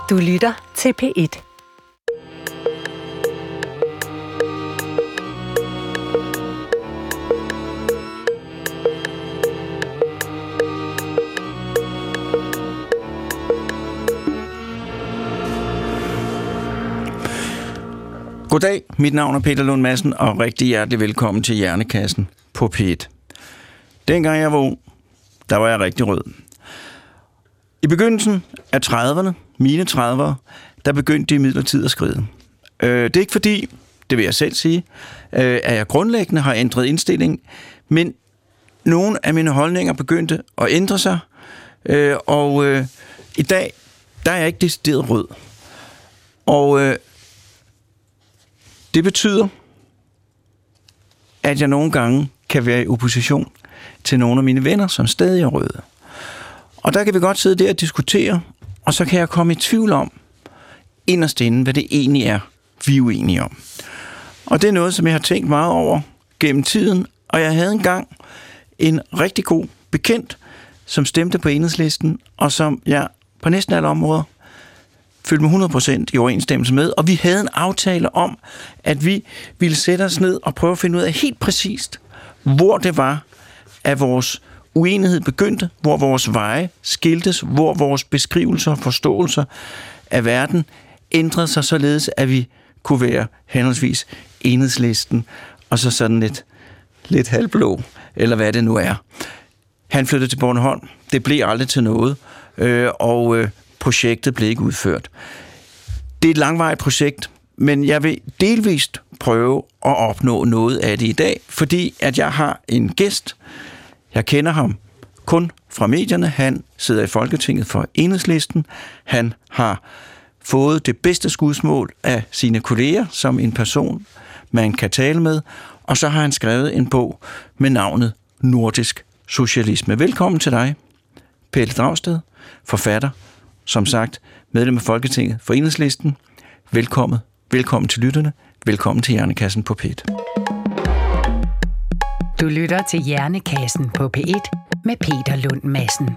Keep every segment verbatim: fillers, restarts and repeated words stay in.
Du lytter til P et. Goddag, mit navn er Peter Lund Madsen, og rigtig hjertelig velkommen til Hjernekassen på P et. Dengang jeg var ung, der var jeg rigtig rød. I begyndelsen af trediverne, mine tredivere, der begyndte det imidlertid at skride. Øh, det er ikke fordi, det vil jeg selv sige, øh, at jeg grundlæggende har ændret indstilling, men nogle af mine holdninger begyndte at ændre sig, øh, og øh, i dag, der er jeg ikke decideret rød. Og øh, det betyder, at jeg nogle gange kan være i opposition til nogle af mine venner, som stadig er røde. Og der kan vi godt sidde der og diskutere, og så kan jeg komme i tvivl om, inderst inde, hvad det egentlig er, vi er uenige om. Og det er noget, som jeg har tænkt meget over gennem tiden, og jeg havde engang en rigtig god bekendt, som stemte på Enhedslisten, og som jeg på næsten alle områder følte mig hundrede procent i overensstemmelse med, og vi havde en aftale om, at vi ville sætte os ned og prøve at finde ud af helt præcist, hvor det var, at vores uenighed begyndte, hvor vores veje skiltes, hvor vores beskrivelser og forståelser af verden ændrede sig således, at vi kunne være henholdsvis Enhedslisten og så sådan lidt, lidt halvblå, eller hvad det nu er. Han flyttede til Bornholm. Det blev aldrig til noget, øh, og øh, projektet blev ikke udført. Det er et langvarigt projekt, men jeg vil delvist prøve at opnå noget af det i dag, fordi at jeg har en gæst. Jeg kender ham kun fra medierne. Han sidder i Folketinget for Enhedslisten. Han har fået det bedste skudsmål af sine kolleger som en person, man kan tale med. Og så har han skrevet en bog med navnet Nordisk Socialisme. Velkommen til dig, Pelle Dragsted, forfatter, som sagt medlem af Folketinget for Enhedslisten. Velkommen. Velkommen til lytterne. Velkommen til Hjernekassen på P et. Du lytter til Hjernekassen på P et med Peter Lund Madsen.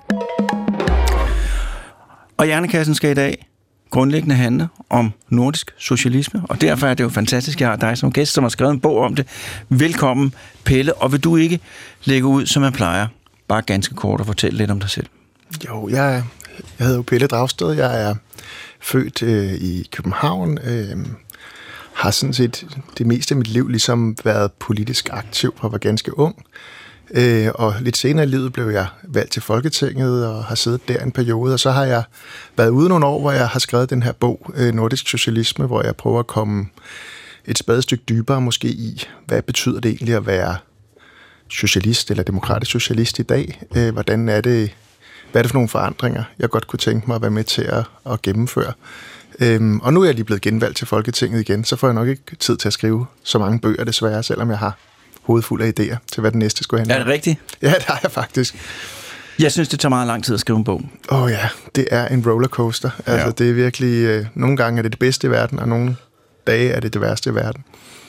Og Hjernekassen skal i dag grundlæggende handle om nordisk socialisme, og derfor er det jo fantastisk, at jeg har dig som gæst, som har skrevet en bog om det. Velkommen, Pelle, og vil du ikke lægge ud, som man plejer, bare ganske kort og fortælle lidt om dig selv? Jo, jeg, jeg hedder jo Pelle Dragsted. Jeg er født øh, i København, øh, har sådan set det meste af mit liv ligesom været politisk aktiv, og var ganske ung. Øh, og lidt senere i livet blev jeg valgt til Folketinget og har siddet der en periode, og så har jeg været ude nogle år, hvor jeg har skrevet den her bog, øh, Nordisk Socialisme, hvor jeg prøver at komme et spadestykke dybere måske i, hvad betyder det egentlig at være socialist eller demokratisk socialist i dag? Øh, hvordan er det, hvad er det for nogle forandringer, jeg godt kunne tænke mig at være med til at, at gennemføre? Øhm, og nu er jeg lige blevet genvalgt til Folketinget igen, så får jeg nok ikke tid til at skrive så mange bøger desværre, selvom jeg har hovedet fuld af idéer til, hvad den næste skulle handle om. Er det rigtigt? Ja, det har jeg faktisk. Jeg synes, det tager meget lang tid at skrive en bog. Åh oh ja, det er en rollercoaster. Altså, ja. Det er virkelig, øh, nogle gange er det det bedste i verden, og nogle dage er det det værste i verden.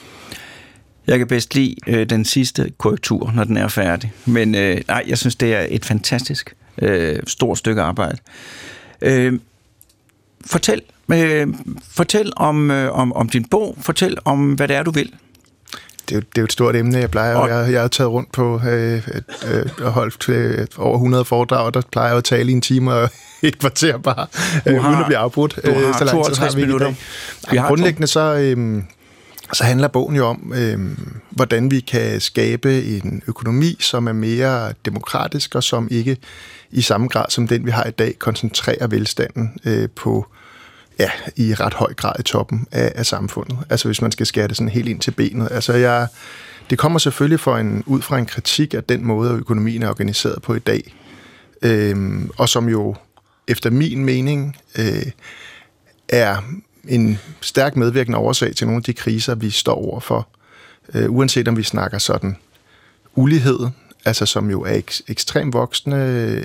Jeg kan bedst lide øh, den sidste korrektur, når den er færdig. Men øh, nej, jeg synes, det er et fantastisk øh, stort stykke arbejde. Øh, fortæl øh, fortæl om, øh, om, om din bog. Fortæl om, hvad det er, du vil. Det er, jo, det er jo et stort emne. Jeg plejer, og jeg, jeg har taget rundt på øh, øh, og holdt øh, over hundrede foredrag, og der plejer jeg at tale i en time og et kvarter bare, øh, uden at blive afbrudt. Du har øh, så tooghalvtreds minutter. Vi har grundlæggende så, øh, så handler bogen jo om, øh, hvordan vi kan skabe en økonomi, som er mere demokratisk, og som ikke i samme grad som den, vi har i dag, koncentrerer velstanden øh, på ja, i ret høj grad i toppen af, af samfundet. Altså hvis man skal skære det sådan helt ind til benet. Altså jeg, det kommer selvfølgelig for en, ud fra en kritik af den måde, økonomien er organiseret på i dag. Øhm, og som jo efter min mening øh, er en stærk medvirkende årsag til nogle af de kriser, vi står overfor. Øh, uanset om vi snakker sådan ulighed, altså som jo er ek, ekstremt voksende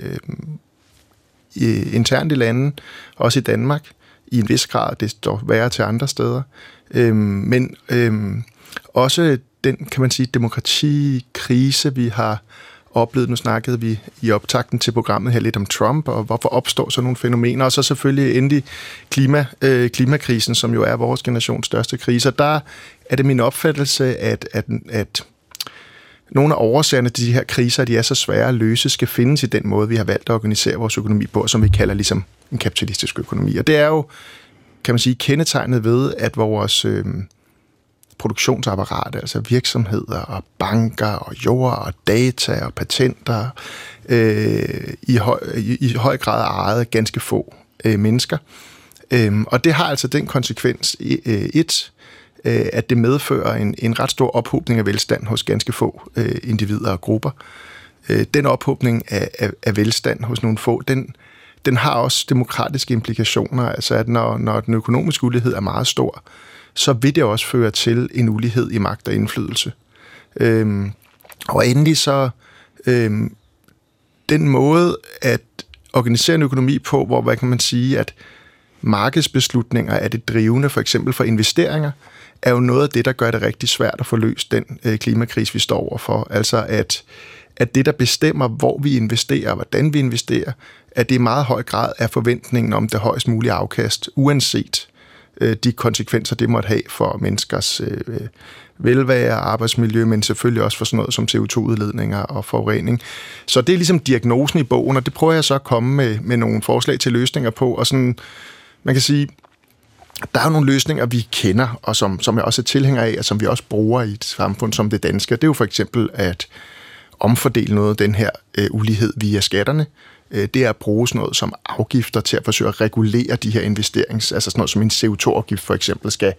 øh, internt i landet, også i Danmark, i en vis grad, det står værre til andre steder. Øhm, men øhm, også den, kan man sige, demokratikrise, vi har oplevet. Nu snakkede vi i optakten til programmet her lidt om Trump, og hvorfor opstår så nogle fænomener, og så selvfølgelig endelig klima, øh, klimakrisen, som jo er vores generations største krise. Der er det min opfattelse, at, at, at nogle af årsagerne til de her kriser, de er så svære at løse, skal findes i den måde, vi har valgt at organisere vores økonomi på, som vi kalder ligesom en kapitalistisk økonomi. Og det er jo, kan man sige, kendetegnet ved, at vores øh, produktionsapparat, altså virksomheder og banker og jord og data og patenter, øh, i, høj, i, i høj grad er ejet af ganske få øh, mennesker. Øh, og det har altså den konsekvens, øh, et, øh, at det medfører en, en ret stor ophobning af velstand hos ganske få øh, individer og grupper. Øh, den ophobning af, af, af velstand hos nogle få, den den har også demokratiske implikationer, altså at når, når den økonomiske ulighed er meget stor, så vil det også føre til en ulighed i magt og indflydelse. Øhm, og endelig så øhm, den måde at organisere en økonomi på, hvor hvad kan man sige, at markedsbeslutninger er det drivende, for eksempel for investeringer, er jo noget af det, der gør det rigtig svært at få løst den øh, klimakrise, vi står overfor. Altså at at det, der bestemmer, hvor vi investerer og hvordan vi investerer, at det i meget høj grad er forventningen om det højst mulige afkast, uanset øh, de konsekvenser, det måtte have for menneskers øh, velvære, arbejdsmiljø, men selvfølgelig også for sådan noget som C O to udledninger og forurening. Så det er ligesom diagnosen i bogen, og det prøver jeg så at komme med, med nogle forslag til løsninger på, og sådan, man kan sige, der er jo nogle løsninger, vi kender, og som, som jeg også er tilhænger af, og som vi også bruger i et samfund som det danske. Det er jo for eksempel at omfordele noget af den her øh, ulighed via skatterne. Øh, det er at bruge sådan noget som afgifter til at forsøge at regulere de her investerings... Altså sådan noget som en C O to afgift for eksempel skal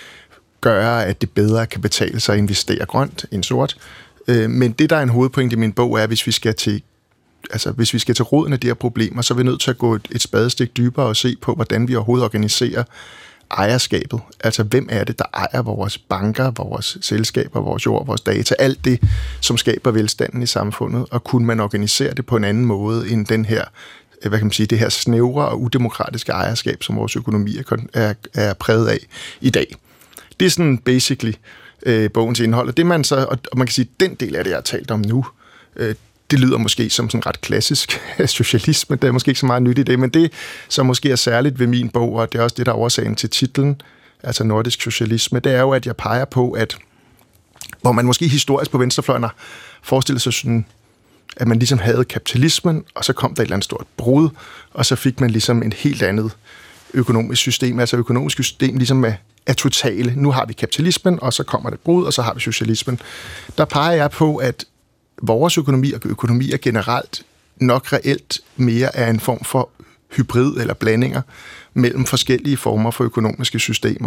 gøre, at det bedre kan betale sig at investere grønt end sort. Øh, men det, der er en hovedpointe i min bog, er, at hvis vi skal til, altså, hvis vi skal til roden af de her problemer, så er vi nødt til at gå et, et spadestik dybere og se på, hvordan vi overhovedet organiserer ejerskabet. Altså, hvem er det, der ejer vores banker, vores selskaber, vores jord, vores data, alt det, som skaber velstanden i samfundet, og kunne man organisere det på en anden måde end den her, hvad kan man sige, det her snævre og udemokratiske ejerskab, som vores økonomi er, er, er præget af i dag. Det er sådan basically øh, bogens indhold, og det man så, og man kan sige, den del af det, jeg har talt om nu, øh, det lyder måske som sådan ret klassisk socialisme, der er måske ikke så meget nyt i det, men det, som måske er særligt ved min bog, og det er også det, der er årsagen til titlen, altså nordisk socialisme, det er jo, at jeg peger på, at hvor man måske historisk på venstrefløjen har forestillet sig sådan, at man ligesom havde kapitalismen, og så kom der et eller andet stort brud, og så fik man ligesom et helt andet økonomisk system, altså økonomisk system ligesom er, er totale. Nu har vi kapitalismen, og så kommer det brud, og så har vi socialismen. Der peger jeg på, at vores økonomi og økonomier generelt nok reelt mere er en form for hybrid eller blandinger mellem forskellige former for økonomiske systemer.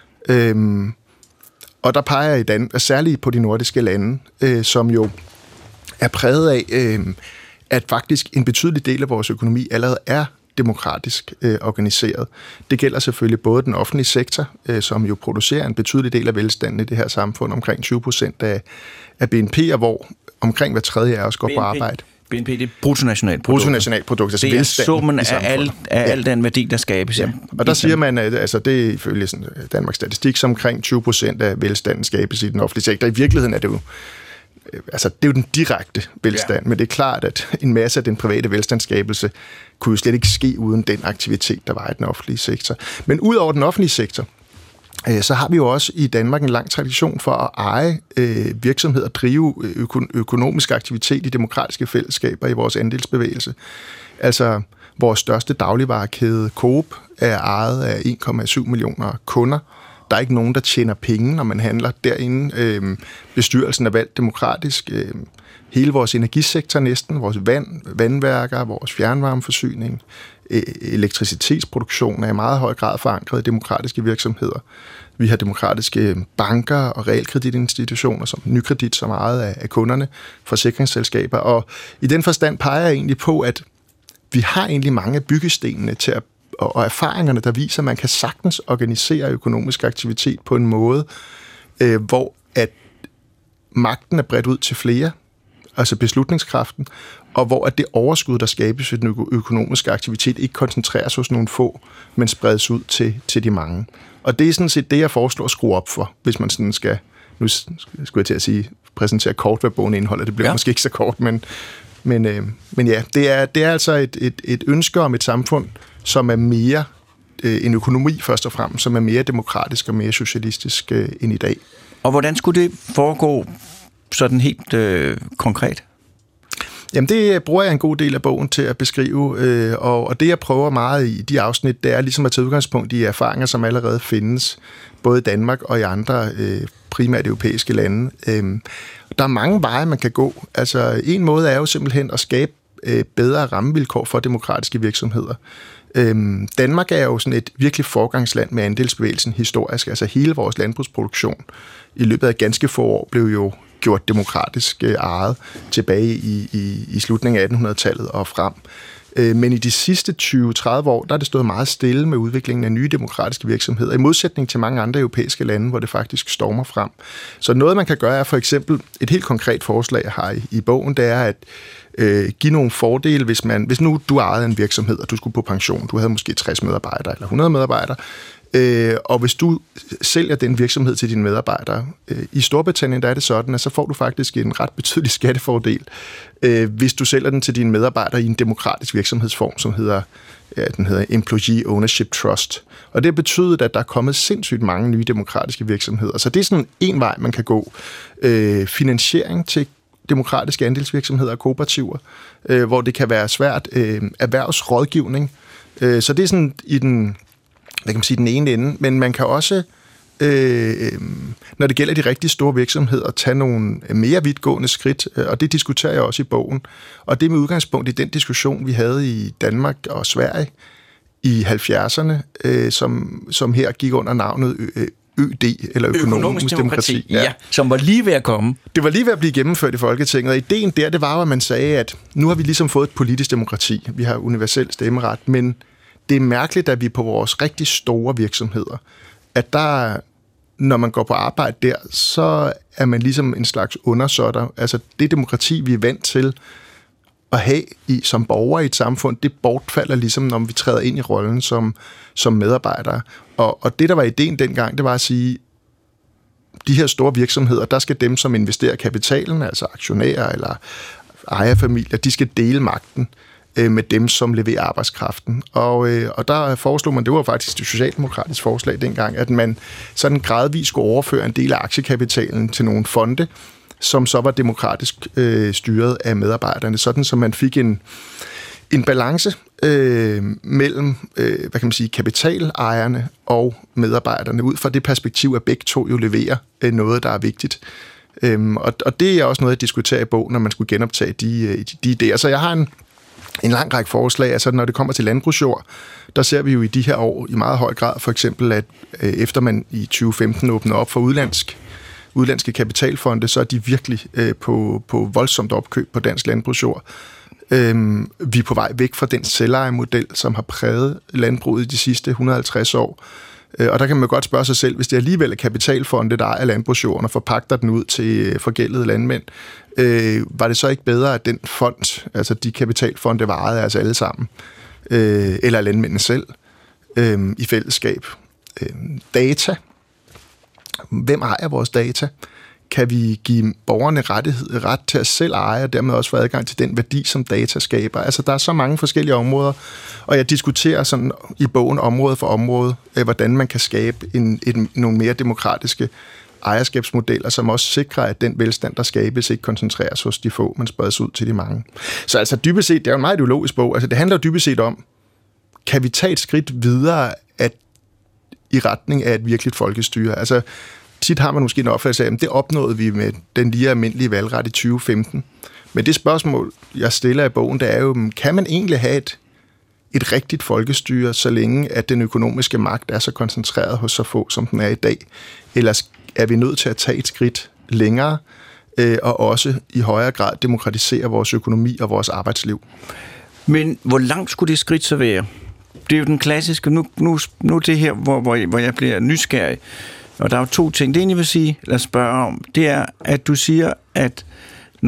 Øhm, og der peger jeg i Dan- særligt på de nordiske lande, øh, som jo er præget af, øh, at faktisk en betydelig del af vores økonomi allerede er demokratisk øh, organiseret. Det gælder selvfølgelig både den offentlige sektor, øh, som jo producerer en betydelig del af velstanden i det her samfund, omkring tyve procent af, af B N P, og hvor omkring hver tredje af os går B N P. på arbejde. B N P, det er bruttonationalprodukt. Bruttonationalprodukt, altså det er velstand summen i af, samfundet. al, af ja. al den værdi, der skabes. Ja. Og der siger man, at altså, det er ifølge sådan, Danmarks Statistik, som omkring tyve procent af velstanden skabes i den offentlige sektor. I virkeligheden er det jo altså, det er jo den direkte velstand, ja. Men det er klart, at en masse af den private velstandsskabelse kunne jo slet ikke ske uden den aktivitet, der var i den offentlige sektor. Men ud over den offentlige sektor, øh, så har vi jo også i Danmark en lang tradition for at eje øh, virksomheder, drive øko- økonomisk aktivitet i demokratiske fællesskaber i vores andelsbevægelse. Altså, vores største dagligvarekæde, Coop, er ejet af en komma syv millioner kunder. Der er ikke nogen, der tjener penge, når man handler derinde. Øhm, bestyrelsen er valgt demokratisk. Øhm, hele vores energisektor næsten, vores vand, vandværker, vores fjernvarmeforsyning, øh, elektricitetsproduktion er i meget høj grad forankret i demokratiske virksomheder. Vi har demokratiske banker og realkreditinstitutioner, som Nykredit, som ejet af, af kunderne, forsikringsselskaber. Og i den forstand peger jeg egentlig på, at vi har egentlig mange af byggestenene til at og erfaringerne, der viser, at man kan sagtens organisere økonomisk aktivitet på en måde, øh, hvor at magten er bredt ud til flere, altså beslutningskraften, og hvor at det overskud, der skabes ved den ø- økonomiske aktivitet, ikke koncentreres hos nogle få, men spredes ud til, til de mange. Og det er sådan set det, jeg foreslår at skrue op for, hvis man sådan skal nu skulle jeg til at sige, præsentere kort, hvad bogen indeholder. Det bliver ja. måske ikke så kort, men, men, øh, men ja, det er, det er altså et, et, et ønske om et samfund, som er mere øh, en økonomi først og fremmest, som er mere demokratisk og mere socialistisk øh, end i dag. Og hvordan skulle det foregå sådan helt øh, konkret? Jamen det bruger jeg en god del af bogen til at beskrive, øh, og, og det jeg prøver meget i de afsnit, det er ligesom at tage udgangspunkt i erfaringer, som allerede findes, både i Danmark og i andre øh, primært europæiske lande. Øh, der er mange veje, man kan gå. Altså en måde er jo simpelthen at skabe øh, bedre rammevilkår for demokratiske virksomheder. Øh, Danmark er jo sådan et virkelig forgangsland med andelsbevægelsen historisk, altså hele vores landbrugsproduktion i løbet af ganske få år blev jo gjort demokratisk øh, ejet tilbage i, i, i slutningen af attenhundredetallet og frem. Øh, men i de sidste tyve til tredive år, der er det stået meget stille med udviklingen af nye demokratiske virksomheder, i modsætning til mange andre europæiske lande, hvor det faktisk stormer frem. Så noget, man kan gøre, er for eksempel et helt konkret forslag, jeg har i, i bogen, det er at øh, give nogle fordele, hvis, man, hvis nu du ejede en virksomhed, og du skulle på pension, du havde måske tres medarbejdere eller hundrede medarbejdere, Øh, og hvis du sælger den virksomhed til dine medarbejdere, øh, i Storbritannien der er det sådan, at så får du faktisk en ret betydelig skattefordel, øh, hvis du sælger den til dine medarbejdere i en demokratisk virksomhedsform, som hedder, ja, den hedder Employee Ownership Trust. Og det betyder, at der er kommet sindssygt mange nye demokratiske virksomheder. Så det er sådan en vej, man kan gå. Øh, finansiering til demokratiske andelsvirksomheder og kooperativer, øh, hvor det kan være svært. Øh, erhvervsrådgivning. Øh, så det er sådan i den... hvad kan man sige, den ene ende, men man kan også, øh, når det gælder de rigtig store virksomheder, tage nogle mere vidtgående skridt, og det diskuterer jeg også i bogen. Og det med udgangspunkt i den diskussion, vi havde i Danmark og Sverige i halvfjerdserne, øh, som, som her gik under navnet Ø D, eller økonomisk, økonomisk demokrati, demokrati. Ja. ja, som var lige ved at komme. Det var lige ved at blive gennemført i Folketinget, og ideen der, det var, at man sagde, at nu har vi ligesom fået et politisk demokrati, vi har universel stemmeret, men det er mærkeligt, at vi på vores rigtig store virksomheder, at der, når man går på arbejde der, så er man ligesom en slags undersåtter. Altså det demokrati, vi er vant til at have i, som borgere i et samfund, det bortfalder ligesom, når vi træder ind i rollen som, som medarbejdere. Og, og det, der var ideen dengang, det var at sige, de her store virksomheder, der skal dem, som investerer kapitalen, altså aktionærer eller ejerfamilier, de skal dele magten med dem, som leverer arbejdskraften. Og, øh, og der foreslog man, det var faktisk et socialdemokratisk forslag dengang, at man sådan gradvist skulle overføre en del af aktiekapitalen til nogle fonde, som så var demokratisk øh, styret af medarbejderne, sådan så man fik en, en balance øh, mellem øh, hvad kan man sige, kapitalejerne og medarbejderne, ud fra det perspektiv, at begge to jo leverer øh, noget, der er vigtigt. Øhm, og, og det er også noget, jeg diskuterer i bogen, når man skulle genoptage de, de, de idéer. Så jeg har en En lang række forslag, altså når det kommer til landbrugsjord, der ser vi jo i de her år i meget høj grad for eksempel, at øh, efter man i tyve femten åbner op for udlandsk, udlandske kapitalfonde, så er de virkelig øh, på, på voldsomt opkøb på dansk landbrugsjord. Øh, vi er på vej væk fra den selvejermodel, som har præget landbruget i de sidste et hundrede og halvtreds år. Øh, og der kan man godt spørge sig selv, hvis det alligevel er kapitalfonde, der ejer landbrugsjorden og forpagter den ud til forgældede landmænd, Øh, var det så ikke bedre, at den fond, altså de kapitalfonde, var ejet af os alle sammen, øh, eller landmændene selv, øh, i fællesskab? Øh, data. Hvem ejer vores data? Kan vi give borgerne rettighed, ret til at selv eje, og dermed også få adgang til den værdi, som data skaber? Altså, der er så mange forskellige områder, og jeg diskuterer sådan i bogen område for område, øh, hvordan man kan skabe en, en, nogle mere demokratiske ejerskabsmodeller, som også sikrer, at den velstand, der skabes, ikke koncentreres hos de få, men spredes ud til de mange. Så altså dybest set, det er jo en meget ideologisk bog, altså det handler dybest set om, kan vi tage et skridt videre at, i retning af et virkeligt folkestyre? Altså tit har man måske en opfattelse af, at det opnåede vi med den lige almindelige valgret i tyve femten. Men det spørgsmål, jeg stiller i bogen, det er jo, kan man egentlig have et, et rigtigt folkestyre, så længe at den økonomiske magt er så koncentreret hos så få, som den er i dag? Eller er vi nødt til at tage et skridt længere, øh, og også i højere grad demokratisere vores økonomi og vores arbejdsliv? Men hvor langt skulle det skridt så være? Det er jo den klassiske, nu, nu, nu det her, hvor, hvor, hvor jeg bliver nysgerrig, og der er jo to ting. Det ene, jeg vil sige, eller spørge om, det er, at du siger, at når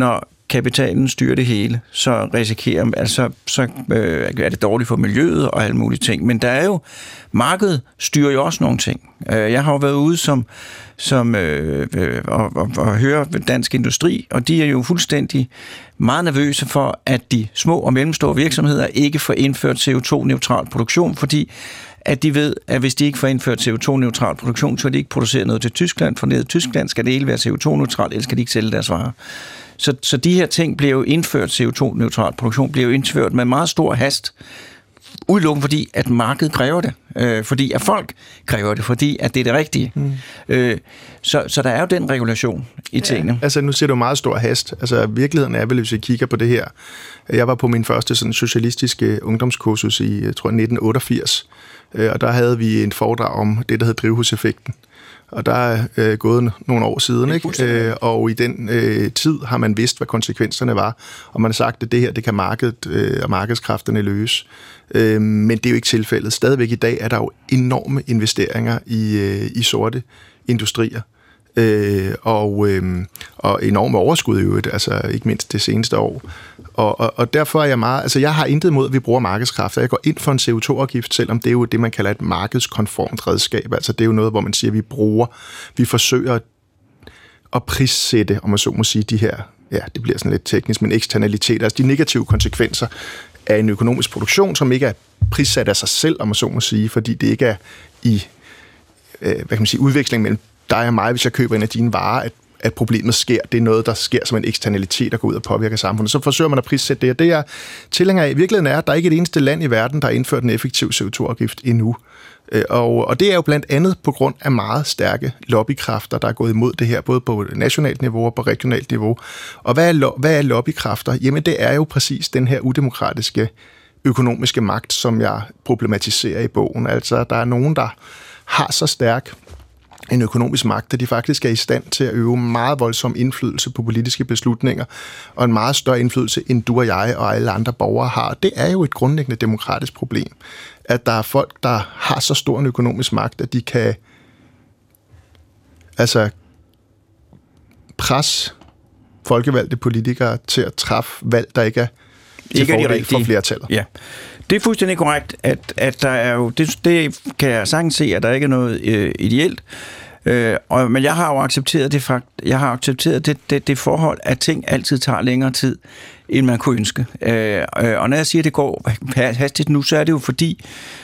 kapitalen styrer det hele, så risikerer altså så øh, er det dårligt for miljøet og alle mulige ting. Men der er jo, markedet styrer jo også nogle ting. Jeg har jo været ude som, som øh, øh, og, og, og høre Dansk Industri, og de er jo fuldstændig meget nervøse for, at de små og mellemstore virksomheder ikke får indført C O to neutral produktion, fordi at de ved, at hvis de ikke får indført C O to neutral produktion, så er de ikke produceret noget til Tyskland, for nede i Tyskland skal det hele være C O to neutral, ellers skal de ikke sælge deres varer. Så, så de her ting bliver jo indført, C O to neutral produktion bliver jo indført med meget stor hast, udelukkende fordi, at markedet kræver det. Øh, fordi at folk kræver det, fordi at det er det rigtige. Mm. Øh, så, så der er jo den regulation i tingene. Ja, altså nu siger du meget stor hast. Altså virkeligheden er vel, hvis vi kigger på det her. Jeg var på min første sådan, socialistiske ungdomskursus i, jeg tror, nitten otteogfirs. Øh, og der havde vi en foredrag om det, der hed drivhuseffekten. Og der er øh, gået nogle år siden, ikke? Øh, og i den øh, tid har man vidst, hvad konsekvenserne var, og man har sagt, at det her, det kan markedet øh, og markedskræfterne løse. Øh, men det er jo ikke tilfældet. Stadigvæk i dag er der jo enorme investeringer i, øh, i sorte industrier. Øh, og, øh, og enorme overskud i øvrigt, altså ikke mindst det seneste år. Og, og, og derfor er jeg meget, altså jeg har intet imod, at vi bruger markedskræfter. Jeg går ind for en C O to afgift, selvom det er jo det, man kalder et markedskonformt redskab. Altså det er jo noget, hvor man siger, at vi bruger, vi forsøger at prissætte, om man så må sige, de her, ja, det bliver sådan lidt teknisk, men eksternaliteter, altså de negative konsekvenser af en økonomisk produktion, som ikke er prissat af sig selv, om man så må sige, fordi det ikke er i, øh, hvad kan man sige, udveksling mellem dig og mig, hvis jeg køber en af dine varer, at, at problemet sker. Det er noget, der sker som en eksternalitet, der går ud og påvirker samfundet. Så forsøger man at prissætte det, og det er tilhænger af. I virkeligheden er, at der er ikke et eneste land i verden, der har indført en effektiv C O to afgift endnu. Og, og det er jo blandt andet på grund af meget stærke lobbykræfter, der er gået imod det her, både på nationalt niveau og på regionalt niveau. Og hvad er, lo- hvad er lobbykræfter? Jamen det er jo præcis den her udemokratiske økonomiske magt, som jeg problematiserer i bogen. Altså der er nogen, der har så stærk en økonomisk magt, at de faktisk er i stand til at øve meget voldsom indflydelse på politiske beslutninger, og en meget større indflydelse, end du og jeg og alle andre borgere har. Det er jo et grundlæggende demokratisk problem, at der er folk, der har så stor en økonomisk magt, at de kan altså presse folkevalgte politikere til at træffe valg, der ikke er til ikke fordel for flertallet. Ja. Det er fuldstændig korrekt, at, at der er jo, det, det kan jeg sagtens se, at der ikke er noget øh, ideelt. Øh, og, men jeg har jo accepteret det fakt, jeg har accepteret det, det, det forhold, at ting altid tager længere tid, end man kunne ønske. Øh, og når jeg siger, at det går hastigt nu, så er det jo fordi,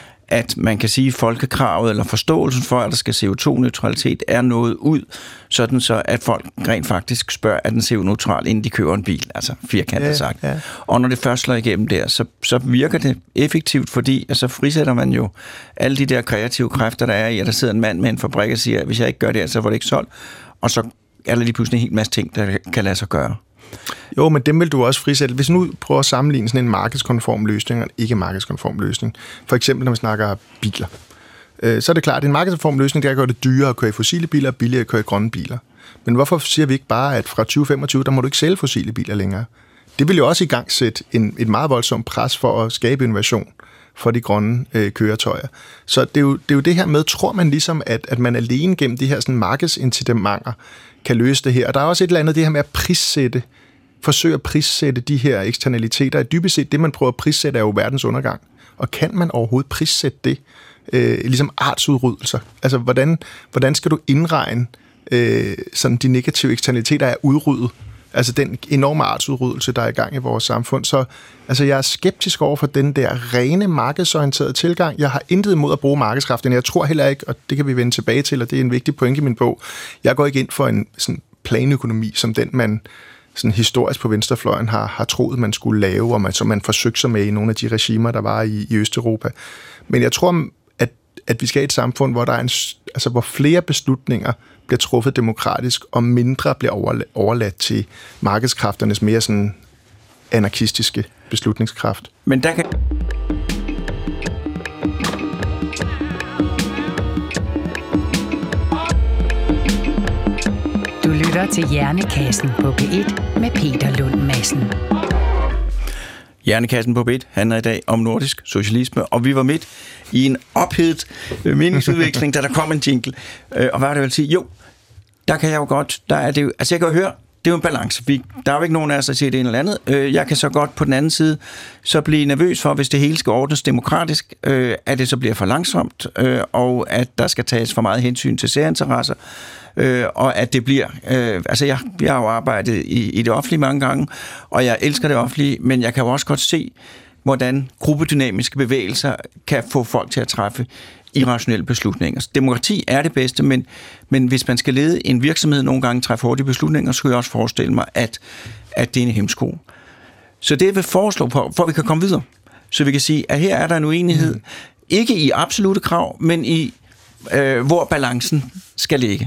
at man kan sige, at folkekravet eller forståelsen for, at der skal C O to neutralitet, er nået ud, sådan så, at folk rent faktisk spørger, at den C O to neutral, inden de køber en bil, altså firkantet ja, sagt. Ja. Og når det først slår igennem der, så, så virker det effektivt, fordi altså, frisætter man jo alle de der kreative kræfter, der er i, at der sidder en mand med en fabrik og siger, at hvis jeg ikke gør det her, så får det ikke solgt, og så er der lige pludselig en hel masse ting, der kan lade sig gøre. Jo, men dem vil du også frisætte. Hvis nu prøver at sammenligne sådan en markedskonform løsning og en ikke-markedskonform løsning, for eksempel når vi snakker biler, øh, så er det klart, at en markedskonform løsning, der gør det dyrere at køre i fossile biler og billigere at køre i grønne biler. Men hvorfor siger vi ikke bare, at fra tyve femogtyve, der må du ikke sælge fossile biler længere? Det vil jo også i gang sætte en, et meget voldsomt pres for at skabe innovation for de grønne øh, køretøjer. Så det er, jo, det er jo det her med, tror man ligesom, at, at man alene gennem de her sådan, markedsincitamenter kan løse det her. Og der er også et eller andet det her med at prissætte, forsøge at prissætte de her eksternaliteter. Dybest set, det man prøver at prissætte, er jo verdens undergang. Og kan man overhovedet prissætte det? Øh, ligesom artsudryddelser. Altså, hvordan, hvordan skal du indregne øh, sådan de negative eksternaliteter er udryddet? Altså den enorme artsudryddelse, der er i gang i vores samfund. Så altså, jeg er skeptisk over for den der rene markedsorienterede tilgang. Jeg har intet imod at bruge markedskræfterne. Jeg tror heller ikke, og det kan vi vende tilbage til, og det er en vigtig pointe i min bog. Jeg går ikke ind for en sådan planøkonomi, som den man sådan historisk på venstrefløjen har, har troet, man skulle lave, og man, som man forsøgte sig med i nogle af de regimer, der var i, i Østeuropa. Men jeg tror, at, at vi skal have et samfund, hvor der er en, altså, hvor flere beslutninger bliver truffet demokratisk, og mindre bliver overladt til markedskræfternes mere sådan anarkistiske beslutningskraft. Men der kan... Du lytter til Hjernekassen på P et med Peter Lund Madsen. Hjernekassen på P et handler i dag om nordisk socialisme, og vi var midt i en ophedet meningsudveksling, da der kom en jingle. Og hvad var det, jeg vil sige? Jo, der kan jeg jo godt, der er det jo, altså jeg kan jo høre, det er jo en balance. Vi, der er jo ikke nogen af os, der siger det ene eller andet. Øh, jeg kan så godt på den anden side så blive nervøs for, hvis det hele skal ordnes demokratisk, øh, at det så bliver for langsomt, øh, og at der skal tages for meget hensyn til særinteresser, øh, og at det bliver... Øh, altså, jeg, jeg har jo arbejdet i, i det offentlige mange gange, og jeg elsker det offentlige, men jeg kan jo også godt se, hvordan gruppedynamiske bevægelser kan få folk til at træffe irrationelle beslutninger. Så demokrati er det bedste, men, men hvis man skal lede en virksomhed nogle gange træffe hurtige beslutninger, så skulle jeg også forestille mig, at, at det er en hemsko. Så det jeg vil foreslå på, for at vi kan komme videre, så vi kan sige, at her er der en uenighed, mm. ikke i absolute krav, men i, øh, hvor balancen skal ligge.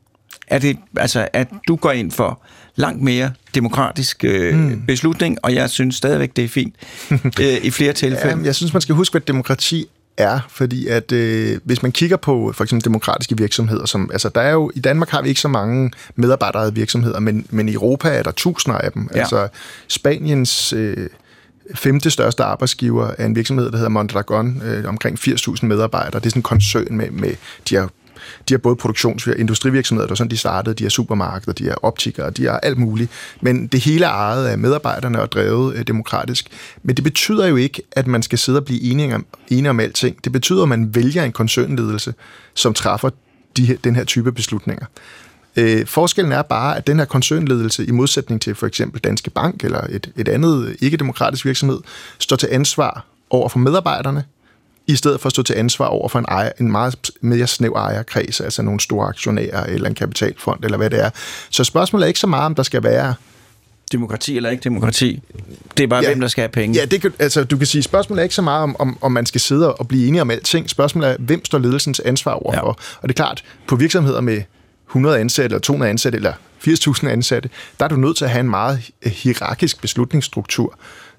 Er det, altså, at du går ind for langt mere demokratisk øh, mm. beslutning, og jeg synes stadigvæk, det er fint øh, i flere tilfælde. Ja, jeg synes, man skal huske, hvad demokrati er, fordi at øh, hvis man kigger på for eksempel demokratiske virksomheder, som, altså der er jo, i Danmark har vi ikke så mange medarbejderede virksomheder, men, men i Europa er der tusinder af dem. Ja. Altså Spaniens øh, femte største arbejdsgiver er en virksomhed, der hedder Mondragon, øh, omkring firs tusind medarbejdere. Det er sådan en koncern med, med de har De har både produktions- og industrivirksomheder, der sådan de startede, de har supermarkeder, de har optikere, de har alt muligt. Men det hele er ejet af medarbejderne og drevet øh, demokratisk. Men det betyder jo ikke, at man skal sidde og blive enige om, enige om alting. Det betyder, at man vælger en koncernledelse, som træffer de her, den her type beslutninger. Øh, forskellen er bare, at den her koncernledelse, i modsætning til for eksempel Danske Bank eller et, et andet ikke-demokratisk virksomhed, står til ansvar over for medarbejderne, i stedet for at stå til ansvar over for en, ejer, en meget mere snæv ejerkreds, altså nogle store aktionærer eller en kapitalfond, eller hvad det er. Så spørgsmålet er ikke så meget, om der skal være... Demokrati eller ikke demokrati. Det er bare, ja, hvem der skal have penge. Ja, det kan, altså, du kan sige, spørgsmålet er ikke så meget, om, om, om man skal sidde og blive enige om alting. Spørgsmålet er, hvem står ledelsens ansvar overfor? Ja. Og det er klart, på virksomheder med hundrede ansatte, eller to hundrede ansatte, eller firs tusind ansatte, der er du nødt til at have en meget hierarkisk beslutningsstruktur.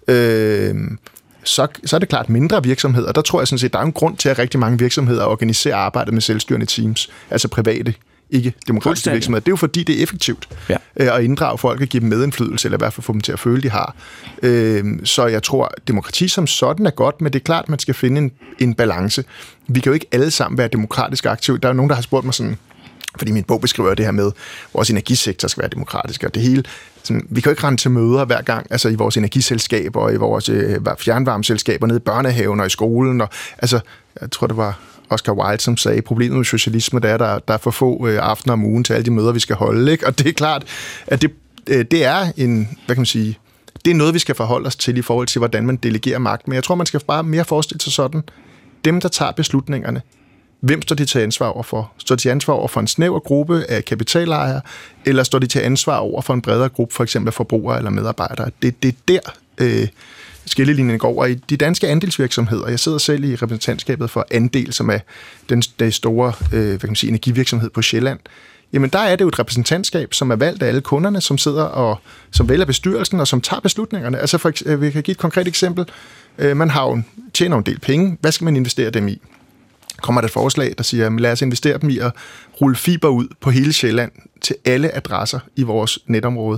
Øh, Så, så er det klart mindre virksomheder. Der tror jeg sådan set, der er en grund til, at rigtig mange virksomheder organiserer arbejdet med selvstyrende teams, altså private, ikke demokratiske virksomheder. Det er jo fordi, det er effektivt, ja, at inddrage folk og give dem medindflydelse, eller i hvert fald få dem til at føle, de har. Så jeg tror, at demokrati som sådan er godt, men det er klart, at man skal finde en, en balance. Vi kan jo ikke alle sammen være demokratisk aktive. Der er nogen, der har spurgt mig sådan, fordi min bog beskriver det her med, at vores energisektor skal være demokratisk, og det hele. Sådan, vi kan jo ikke rende til møder hver gang, altså i vores energiselskaber og i vores øh, fjernvarmeselskaber nede i børnehaven og i skolen. Og, altså, jeg tror, det var Oscar Wilde, som sagde, problemet med socialisme, det er, der, der er for få øh, aftener om ugen til alle de møder, vi skal holde. Ikke? Og det er klart, at det, øh, det er en, hvad kan man sige, det er noget, vi skal forholde os til i forhold til, hvordan man delegerer magt. Men jeg tror, man skal bare mere forestille sig sådan, dem, der tager beslutningerne, hvem står de til ansvar over for? Står de til ansvar over for en snæver gruppe af kapitalejere, eller står de til ansvar over for en bredere gruppe, for eksempel forbrugere eller medarbejdere? Det, det er der, øh, skillelinjen går over. I de danske andelsvirksomheder, jeg sidder selv i repræsentantskabet for Andel, som er den, den store øh, hvad kan man sige, energivirksomhed på Sjælland. Jamen der er det jo et repræsentantskab, som er valgt af alle kunderne, som sidder og som vælger bestyrelsen og som tager beslutningerne. Altså for, øh, vi kan give et konkret eksempel. Øh, man har jo tjener en del penge. Hvad skal man investere dem i? Kommer der et forslag, der siger, lad os investere dem i at rulle fiber ud på hele Sjælland til alle adresser i vores netområde.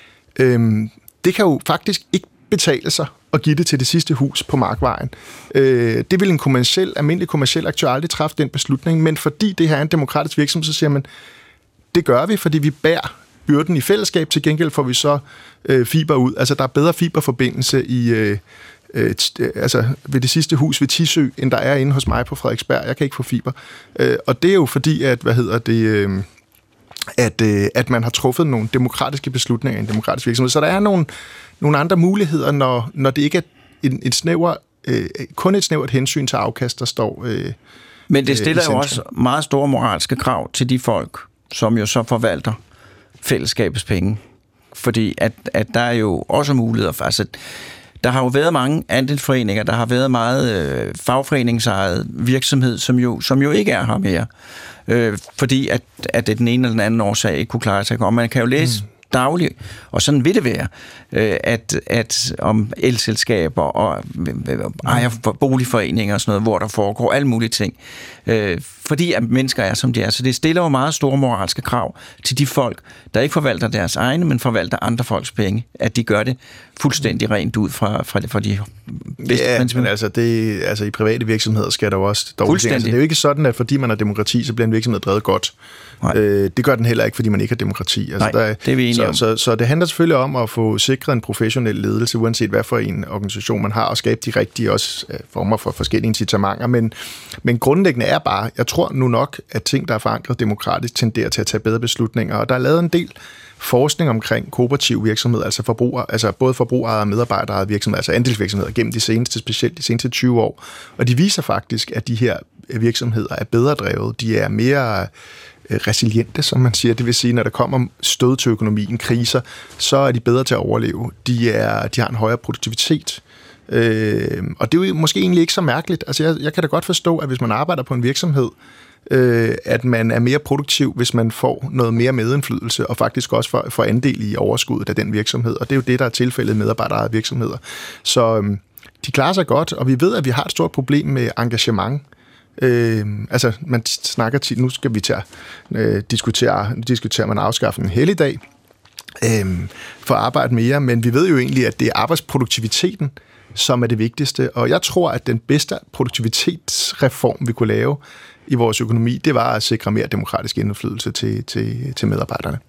Øhm, det kan jo faktisk ikke betale sig at give det til det sidste hus på Markvejen. Øh, det vil en kommerciel, almindelig kommerciel aktør aldrig træffe den beslutning, men fordi det her er en demokratisk virksomhed, så siger man, det gør vi, fordi vi bærer byrden i fællesskab, til gengæld får vi så øh, fiber ud. Altså der er bedre fiberforbindelse i... Øh, Øh, t- altså ved det sidste hus ved Tisø, end der er inde hos mig på Frederiksberg. Jeg kan ikke få fiber. Øh, og det er jo fordi, at, hvad hedder det, øh, at, øh, at man har truffet nogle demokratiske beslutninger i en demokratisk virksomhed. Så der er nogle, nogle andre muligheder, når, når det ikke er en, en snæver, øh, kun et snævert hensyn til afkast, der står øh, Men det stiller øh, jo også meget store moralske krav til de folk, som jo så forvalter fællesskabets penge. Fordi at, at der er jo også muligheder for... Altså, der har jo været mange andelsforeninger, der har været meget øh, fagforeningsejet virksomhed, som jo, som jo ikke er her mere. Øh, fordi at, at det den ene eller den anden årsag ikke kunne klare sig. Og man kan jo læse mm. dagligt, og sådan vil det være, øh, at, at om elselskaber og ejerboligforeninger og sådan noget, hvor der foregår alle mulige ting. Øh, fordi at mennesker er, som de er. Så det stiller jo meget store moralske krav til de folk, der ikke forvalter deres egne, men forvalter andre folks penge. At de gør det fuldstændig rent ud fra, fra, de, fra de bedste ja, principper. Men altså, det, altså i private virksomheder skal der jo også dårlige ting. Altså, det er jo ikke sådan, at fordi man har demokrati, så bliver en virksomhed drevet godt. Øh, det gør den heller ikke, fordi man ikke har demokrati. Altså, Nej, der, det er vi enige så, så, så det handler selvfølgelig om at få sikret en professionel ledelse, uanset hvad for en organisation man har, og skabe de rigtige også former for forskellige incitamenter. Men, men grundlæggende er bare, jeg tror nu nok, at ting, der er forankret demokratisk, tenderer til at tage bedre beslutninger. Og der er lavet en del forskning omkring kooperativ virksomhed, altså forbruger, altså både forbrugere og medarbejdere virksomheder, altså andelsvirksomheder gennem de seneste, specielt de seneste tyve år. Og de viser faktisk, at de her virksomheder er bedre drevet. De er mere resiliente, som man siger. Det vil sige, når der kommer stød til økonomien, kriser, så er de bedre til at overleve. De, er, de har en højere produktivitet. Øh, og det er jo måske egentlig ikke så mærkeligt. Altså jeg, jeg kan da godt forstå, at hvis man arbejder på en virksomhed, øh, at man er mere produktiv, hvis man får noget mere medindflydelse, og faktisk også får, får andel i overskuddet af den virksomhed. Og det er jo det, der er tilfældet med medarbejderejede virksomheder. Så øh, de klarer sig godt, og vi ved, at vi har et stort problem med engagement. Øh, altså, man snakker tit, nu skal vi til at øh, diskutere, diskutere man afskaffe en helligdag øh, for at arbejde mere, men vi ved jo egentlig, at det er arbejdsproduktiviteten, som er det vigtigste, og jeg tror, at den bedste produktivitetsreform, vi kunne lave i vores økonomi, det var at sikre mere demokratisk indflydelse til, til, til medarbejderne.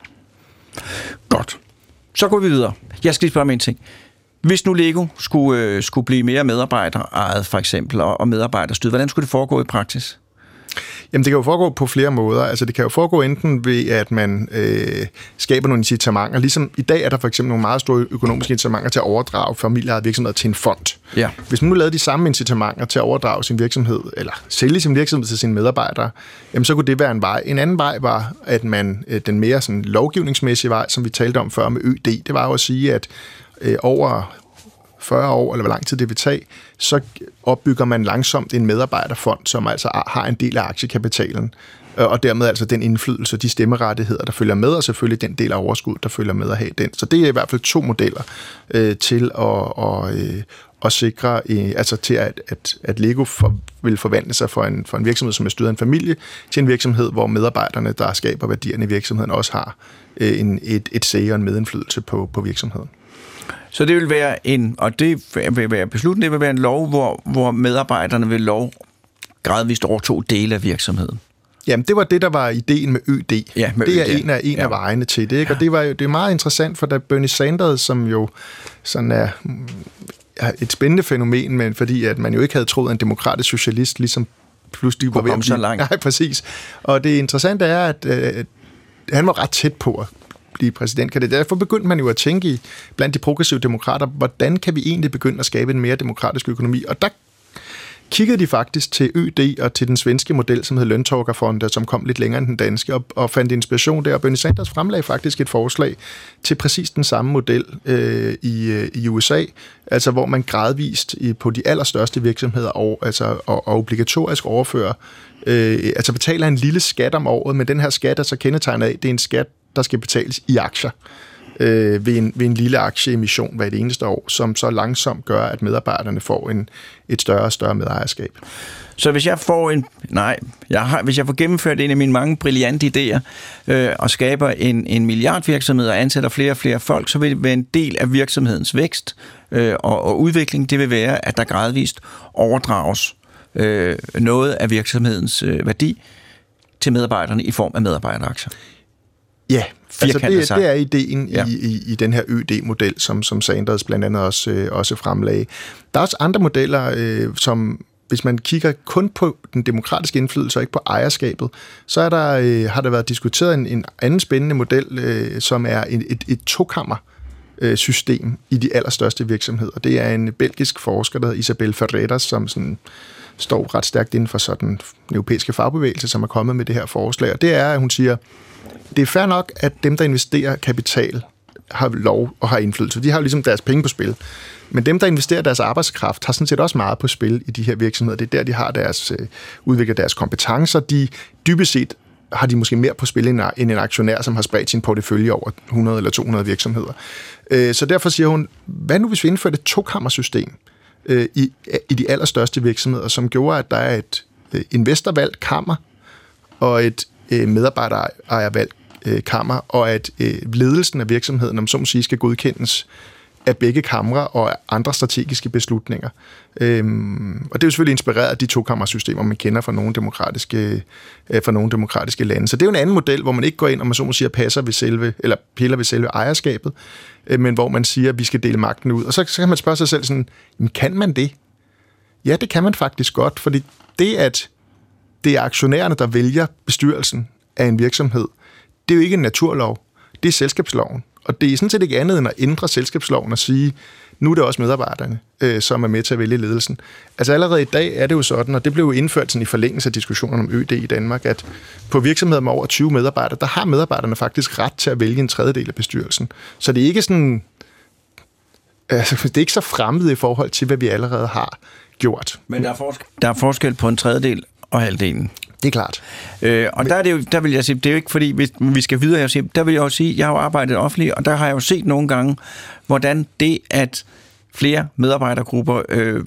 Godt. Så går vi videre. Jeg skal lige spørge om en ting. Hvis nu Lego skulle, øh, skulle blive mere medarbejderejet, for eksempel, og, og medarbejderstyret, hvordan skulle det foregå i praksis? Jamen, det kan jo foregå på flere måder. Altså, det kan jo foregå enten ved, at man øh, skaber nogle incitamenter. Ligesom i dag er der for eksempel nogle meget store økonomiske incitamenter til at overdrage familieejede virksomheder til en fond. Ja. Hvis man nu lavede de samme incitamenter til at overdrage sin virksomhed, eller sælge sin virksomhed til sine medarbejdere, jamen, så kunne det være en vej. En anden vej var, at man, øh, den mere sådan, lovgivningsmæssige vej, som vi talte om før med Ø D, det var jo at sige, at øh, over fyrre år, eller hvor lang tid det vil tage, så opbygger man langsomt en medarbejderfond, som altså har en del af aktiekapitalen, og dermed altså den indflydelse, de stemmerettigheder, der følger med, og selvfølgelig den del af overskud, der følger med at have den. Så det er i hvert fald to modeller øh, til at, og, øh, at sikre, øh, altså til at, at, at Lego for, vil forvandle sig for en, for en virksomhed, som er styret af en familie, til en virksomhed, hvor medarbejderne, der skaber værdierne i virksomheden, også har øh, en, et, et sæge og en medindflydelse på, på virksomheden. Så det vil være en, og det vil være besluttet, det vil være en lov, hvor, hvor medarbejderne vil lov gradvist overtog dele af virksomheden. Jamen, det var det, der var ideen med Ø D. Ja, med det er Ø D. en af, en ja. af vejene til det, ikke? Og det var jo det er meget interessant, for da Bernie Sanders, som jo sådan er et spændende fænomen, men fordi at man jo ikke havde troet, at en demokratisk socialist ligesom pludselig var ved at blive... så langt. Nej, præcis. Og det interessante er, at øh, han var ret tæt på at blive præsidentkandidat. Derfor begyndte man jo at tænke i, blandt de progressive demokrater, hvordan kan vi egentlig begynde at skabe en mere demokratisk økonomi? Og der kiggede de faktisk til Ø D og til den svenske model, som hed Löntagarfonder, som kom lidt længere end den danske, og, og fandt inspiration der. Og Bernie Sanders fremlagde faktisk et forslag til præcis den samme model øh, i, i U S A, altså hvor man gradvist i, på de allerstørste virksomheder og, altså, og, og obligatorisk overfører, øh, altså betaler en lille skat om året, men den her skat er så kendetegnet af, det er en skat, der skal betales i aktier øh, ved, en, ved en lille aktieemission hver det eneste år, som så langsomt gør, at medarbejderne får en, et større og større medejerskab. Så hvis jeg får en, nej, jeg har, hvis jeg får gennemført en af mine mange brillante idéer øh, og skaber en, en milliardvirksomhed og ansætter flere og flere folk, så vil det være en del af virksomhedens vækst øh, og, og udvikling. Det vil være, at der gradvist overdrages øh, noget af virksomhedens øh, værdi til medarbejderne i form af medarbejderaktier. Ja, altså det, det er ideen ja. i, i, i den her Ø D-model, som, som Sanders blandt andet også, øh, også fremlagde. Der er også andre modeller, øh, som hvis man kigger kun på den demokratiske indflydelse og ikke på ejerskabet, så er der, øh, har der været diskuteret en, en anden spændende model, øh, som er en, et, et tokammer system i de allerstørste virksomheder. Det er en belgisk forsker, der hedder Isabel Ferreras, som sådan står ret stærkt inden for sådan den europæiske fagbevægelse, som er kommet med det her forslag. Og det er, at hun siger, det er fair nok, at dem, der investerer kapital, har lov og har indflydelse. De har jo ligesom deres penge på spil. Men dem, der investerer deres arbejdskraft, har sådan set også meget på spil i de her virksomheder. Det er der, de har deres, øh, udvikler deres kompetencer. De dybest set har de måske mere på spil end en aktionær, som har spredt sin portefølje over hundrede eller to hundrede virksomheder. Øh, så derfor siger hun, hvad nu hvis vi indfører et tokammersystem øh, i, i de allerstørste virksomheder, som gjorde, at der er et øh, investorvalgt kammer og et øh, medarbejderejervalgt øh, kammer, og at øh, ledelsen af virksomheden, om så må sige, skal godkendes af begge kamre og af andre strategiske beslutninger. Øhm, og det er jo selvfølgelig inspireret af de tokammersystemer, man kender fra nogle demokratiske, øh, fra nogle demokratiske lande. Så det er jo en anden model, hvor man ikke går ind, og man så må sige, passer ved selve, eller piller ved selve ejerskabet, øh, men hvor man siger, at vi skal dele magten ud. Og så, så kan man spørge sig selv sådan, jamen, kan man det? Ja, det kan man faktisk godt, fordi det, at det er aktionærerne, der vælger bestyrelsen af en virksomhed, det er jo ikke en naturlov, det er selskabsloven. Og det er sådan set ikke andet end at ændre selskabsloven og sige, nu er det også medarbejderne, øh, som er med til at vælge ledelsen. Altså allerede i dag er det jo sådan, og det blev jo indført sådan i forlængelse af diskussionen om Ø D i Danmark, at på virksomheder med over tyve medarbejdere, der har medarbejderne faktisk ret til at vælge en tredjedel af bestyrelsen. Så det er ikke sådan, altså, det er ikke så fremmed i forhold til, hvad vi allerede har gjort. Men der er forskel, der er forskel på en tredjedel og halvdelen. Det er klart. Øh, og Men, der, er det jo, der vil jeg sige, det er jo ikke fordi, hvis vi skal videre, jeg sige, der vil jeg jo sige, jeg har jo arbejdet offentligt, og der har jeg jo set nogle gange, hvordan det, at flere medarbejdergrupper, øh,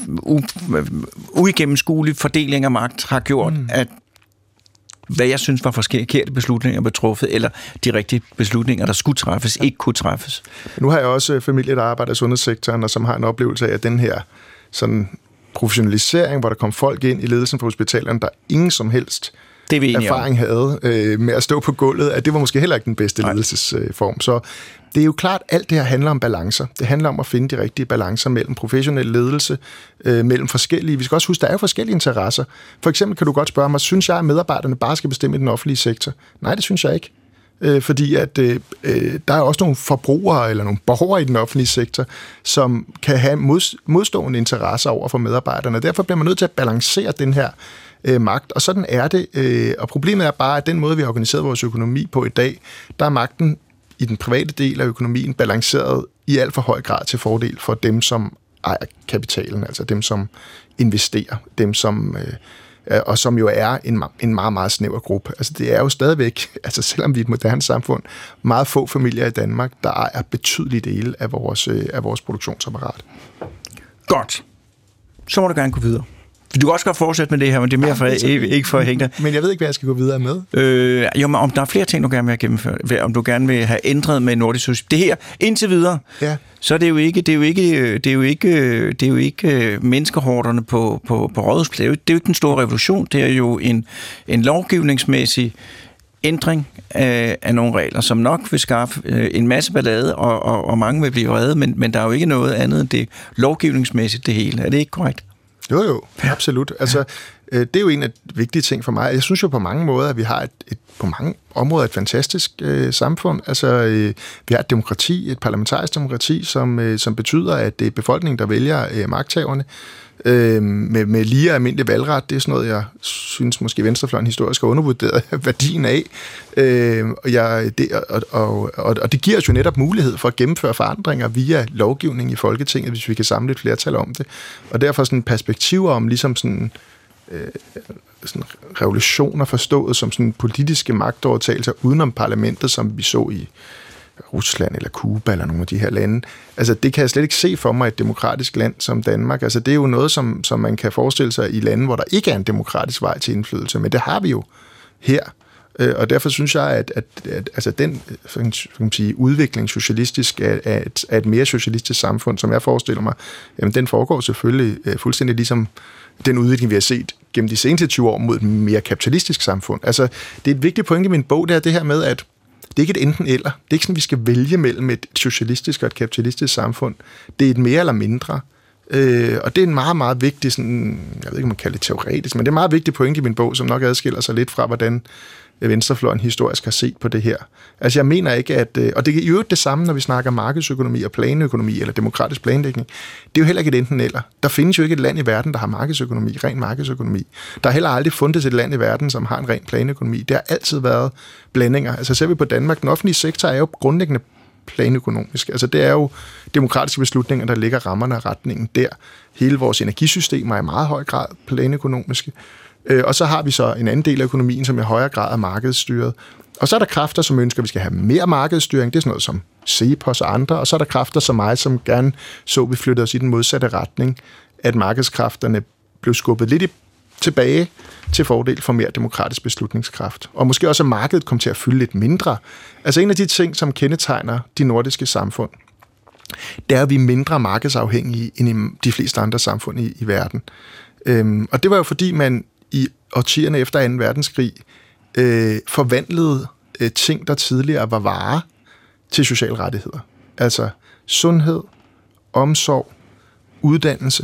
uigennemskuelig fordeling af magt, har gjort, mm. at hvad jeg synes var forkerte beslutninger blev truffet, eller de rigtige beslutninger, der skulle træffes, ikke kunne træffes. Nu har jeg også familie, der arbejder i sundhedssektoren, og som har en oplevelse af, at den her sådan professionalisering, hvor der kom folk ind i ledelsen på hospitalerne, der ingen som helst det erfaring havde øh, med at stå på gulvet, at det var måske heller ikke den bedste ledelsesform. Øh, Så det er jo klart, at alt det her handler om balancer. Det handler om at finde de rigtige balancer mellem professionel ledelse, øh, mellem forskellige. Vi skal også huske, der er jo forskellige interesser. For eksempel kan du godt spørge mig, synes jeg, at medarbejderne bare skal bestemme i den offentlige sektor? Nej, det synes jeg ikke. Øh, fordi at øh, der er også nogle forbrugere eller nogle borgere i den offentlige sektor, som kan have mod, modstående interesser over for medarbejderne. Derfor bliver man nødt til at balancere den her øh, magt, og sådan er det. Øh, og problemet er bare, at den måde, vi har organiseret vores økonomi på i dag, der er magten i den private del af økonomien balanceret i alt for høj grad til fordel for dem, som ejer kapitalen, altså dem, som investerer, dem, som... Øh, og som jo er en, en meget, meget snæver gruppe. Altså det er jo stadigvæk, altså selvom vi er et moderne samfund, meget få familier i Danmark, der ejer betydelige dele af vores, af vores produktionsapparat. Godt. Så må du gerne gå videre. Du kan også godt fortsætte med det her, men det er mere for, ikke, ikke for at hænge dig. Men jeg ved ikke, hvad jeg skal gå videre med. Øh, jo, men om der er flere ting, du gerne vil have gennemført, om du gerne vil have ændret med nordisk system. Det her, indtil videre, ja. Så er det jo ikke, det er jo ikke, det er jo ikke, det er jo ikke menneskehorderne på, på, på rådhuspladsen. Det er jo ikke den store revolution, det er jo en, en lovgivningsmæssig ændring af, af nogle regler, som nok vil skaffe øh, en masse ballade, og, og, og mange vil blive redde, men, men der er jo ikke noget andet end det lovgivningsmæssigt det hele. Er det ikke korrekt? Jo, jo, absolut. Altså, øh, det er jo en af de vigtige ting for mig. Jeg synes jo på mange måder, at vi har et, et på mange områder et fantastisk øh, samfund. Altså, øh, vi har et demokrati, et parlamentarisk demokrati, som, øh, som betyder, at det er befolkningen, der vælger øh, magthaverne øh, med, med lige almindelig valgret. Det er sådan noget, jeg synes måske venstrefløjen historisk har undervurderet værdien af. Øh, og, jeg, det, og, og, og, og det giver os jo netop mulighed for at gennemføre forandringer via lovgivning i Folketinget, hvis vi kan samle et flertal om det. Og derfor sådan perspektiver om ligesom sådan... Øh, sådan revolutioner forstået som sådan politiske magtovertagelser udenom parlamentet, som vi så i Rusland eller Cuba eller nogle af de her lande. Altså det kan jeg slet ikke se for mig i et demokratisk land som Danmark. Altså det er jo noget, som, som man kan forestille sig i lande, hvor der ikke er en demokratisk vej til indflydelse, men det har vi jo her. Og derfor synes jeg, at, at, at altså den kan man sige, udvikling socialistisk af, af, et, af et mere socialistisk samfund, som jeg forestiller mig, jamen den foregår selvfølgelig fuldstændig ligesom den udvikling, vi har set gennem de seneste tyve år mod et mere kapitalistisk samfund. Altså, det er et vigtigt point i min bog, det er det her med, at det er ikke et enten eller. Det er ikke sådan, vi skal vælge mellem et socialistisk og et kapitalistisk samfund. Det er et mere eller mindre. Øh, og det er en meget, meget vigtig, sådan, jeg ved ikke, om man kalder det teoretisk, men det er en meget vigtig point i min bog, som nok adskiller sig lidt fra, hvordan venstrefløjen historisk har set på det her. Altså jeg mener ikke, at... Og det er jo det samme, når vi snakker markedsøkonomi og planøkonomi eller demokratisk planlægning. Det er jo heller ikke et enten eller. Der findes jo ikke et land i verden, der har markedsøkonomi, ren markedsøkonomi. Der har heller aldrig fundet et land i verden, som har en ren planøkonomi. Det har altid været blandinger. Altså ser vi på Danmark, den offentlige sektor er jo grundlæggende planøkonomisk. Altså det er jo demokratiske beslutninger, der ligger rammerne og retningen der. Hele vores energisystemer er i meget høj grad planøkonomiske. Og så har vi så en anden del af økonomien, som i højere grad er markedsstyret. Og så er der kræfter, som ønsker, at vi skal have mere markedsstyring. Det er sådan noget som Cepos og andre. Og så er der kræfter som mig, som gerne så, vi flyttede os i den modsatte retning, at markedskræfterne blev skubbet lidt tilbage til fordel for mere demokratisk beslutningskraft. Og måske også, at markedet kom til at fylde lidt mindre. Altså en af de ting, som kendetegner de nordiske samfund, det er, at vi er mindre markedsafhængige end i de fleste andre samfund i, i verden. Øhm, og det var jo fordi, man i årtierne efter anden verdenskrig øh, forvandlede øh, ting, der tidligere var varer, til sociale rettigheder. Altså sundhed, omsorg, uddannelse,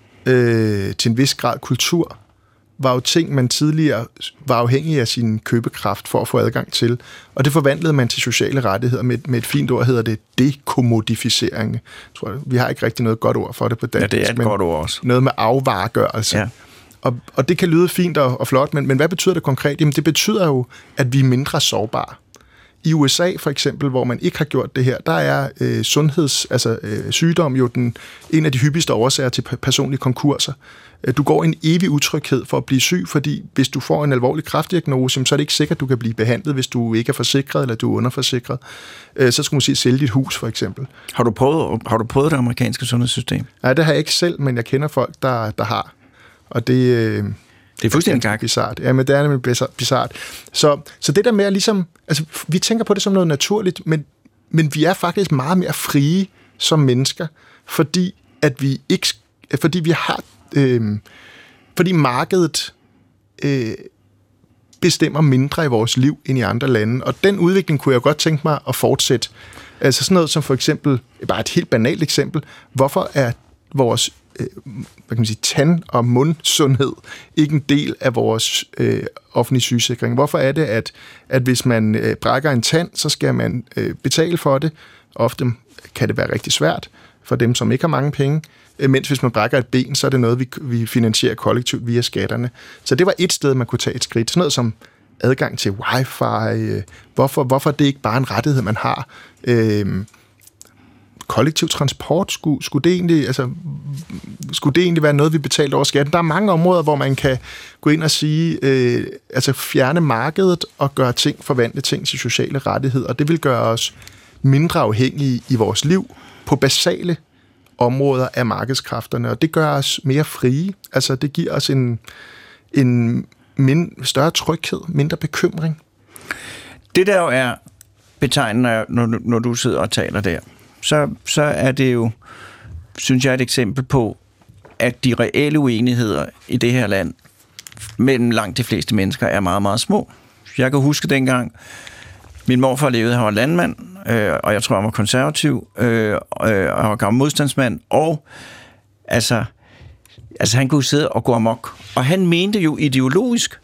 øh, til en vis grad kultur, var jo ting, man tidligere var afhængig af sin købekraft for at få adgang til. Og det forvandlede man til sociale rettigheder med, med et fint ord, hedder det dekommodificering. Tror jeg. Vi har ikke rigtig noget godt ord for det på dansk. Ja, det er et godt ord også. Noget med afvaregørelse. Ja. Og, og det kan lyde fint og, og flot, men, men hvad betyder det konkret? Jamen det betyder jo, at vi er mindre sårbare. I U S A for eksempel, hvor man ikke har gjort det her, der er øh, sundheds, altså øh, sygdom jo den, en af de hyppigste årsager til personlige konkurser. Du går i en evig utryghed for at blive syg, fordi hvis du får en alvorlig kræftdiagnose, så er det ikke sikkert, at du kan blive behandlet, hvis du ikke er forsikret eller du er underforsikret. Så skal man sige, sælge dit hus for eksempel. Har du prøvet, har du prøvet det amerikanske sundhedssystem? Nej, det har jeg ikke selv, men jeg kender folk, der, der har. Og det, det er fuldstændig gak. Bizarrt. Ja, men det er nemlig bizarrt. Så, så det der med at ligesom, altså vi tænker på det som noget naturligt, men, men vi er faktisk meget mere frie som mennesker, fordi at vi ikke, fordi vi har Øh, fordi markedet øh, bestemmer mindre i vores liv end i andre lande, og den udvikling kunne jeg godt tænke mig at fortsætte. Altså sådan noget som for eksempel, bare et helt banalt eksempel, hvorfor er vores øh, hvad kan man sige, tand- og mundsundhed ikke en del af vores øh, offentlige sygesikring? Hvorfor er det, at, at hvis man øh, brækker en tand, så skal man øh, betale for det? Ofte kan det være rigtig svært for dem, som ikke har mange penge, mens hvis man brækker et ben, så er det noget, vi, vi finansierer kollektivt via skatterne. Så det var et sted, man kunne tage et skridt. Sådan noget som adgang til wifi. Hvorfor, hvorfor det ikke bare en rettighed, man har? Øhm, kollektiv transport, skulle, skulle, det egentlig, altså, skulle det egentlig være noget, vi betalte over skatten? Der er mange områder, hvor man kan gå ind og sige, øh, altså fjerne markedet og gøre ting, forvandle ting til sociale rettigheder. Og det vil gøre os mindre afhængige i vores liv på basale områder af markedskræfterne, og det gør os mere frie. Altså, det giver os en, en mind, større tryghed, mindre bekymring. Det der jo er betegnende, når, når du sidder og taler der, så, så er det jo, synes jeg, et eksempel på, at de reelle uenigheder i det her land mellem langt de fleste mennesker er meget, meget små. Jeg kan huske dengang, min morfar levede, han var landmand, øh, og jeg tror, han var konservativ, øh, og han var gammel modstandsmand, og altså, altså han kunne sidde og gå amok. Og han mente jo ideologisk,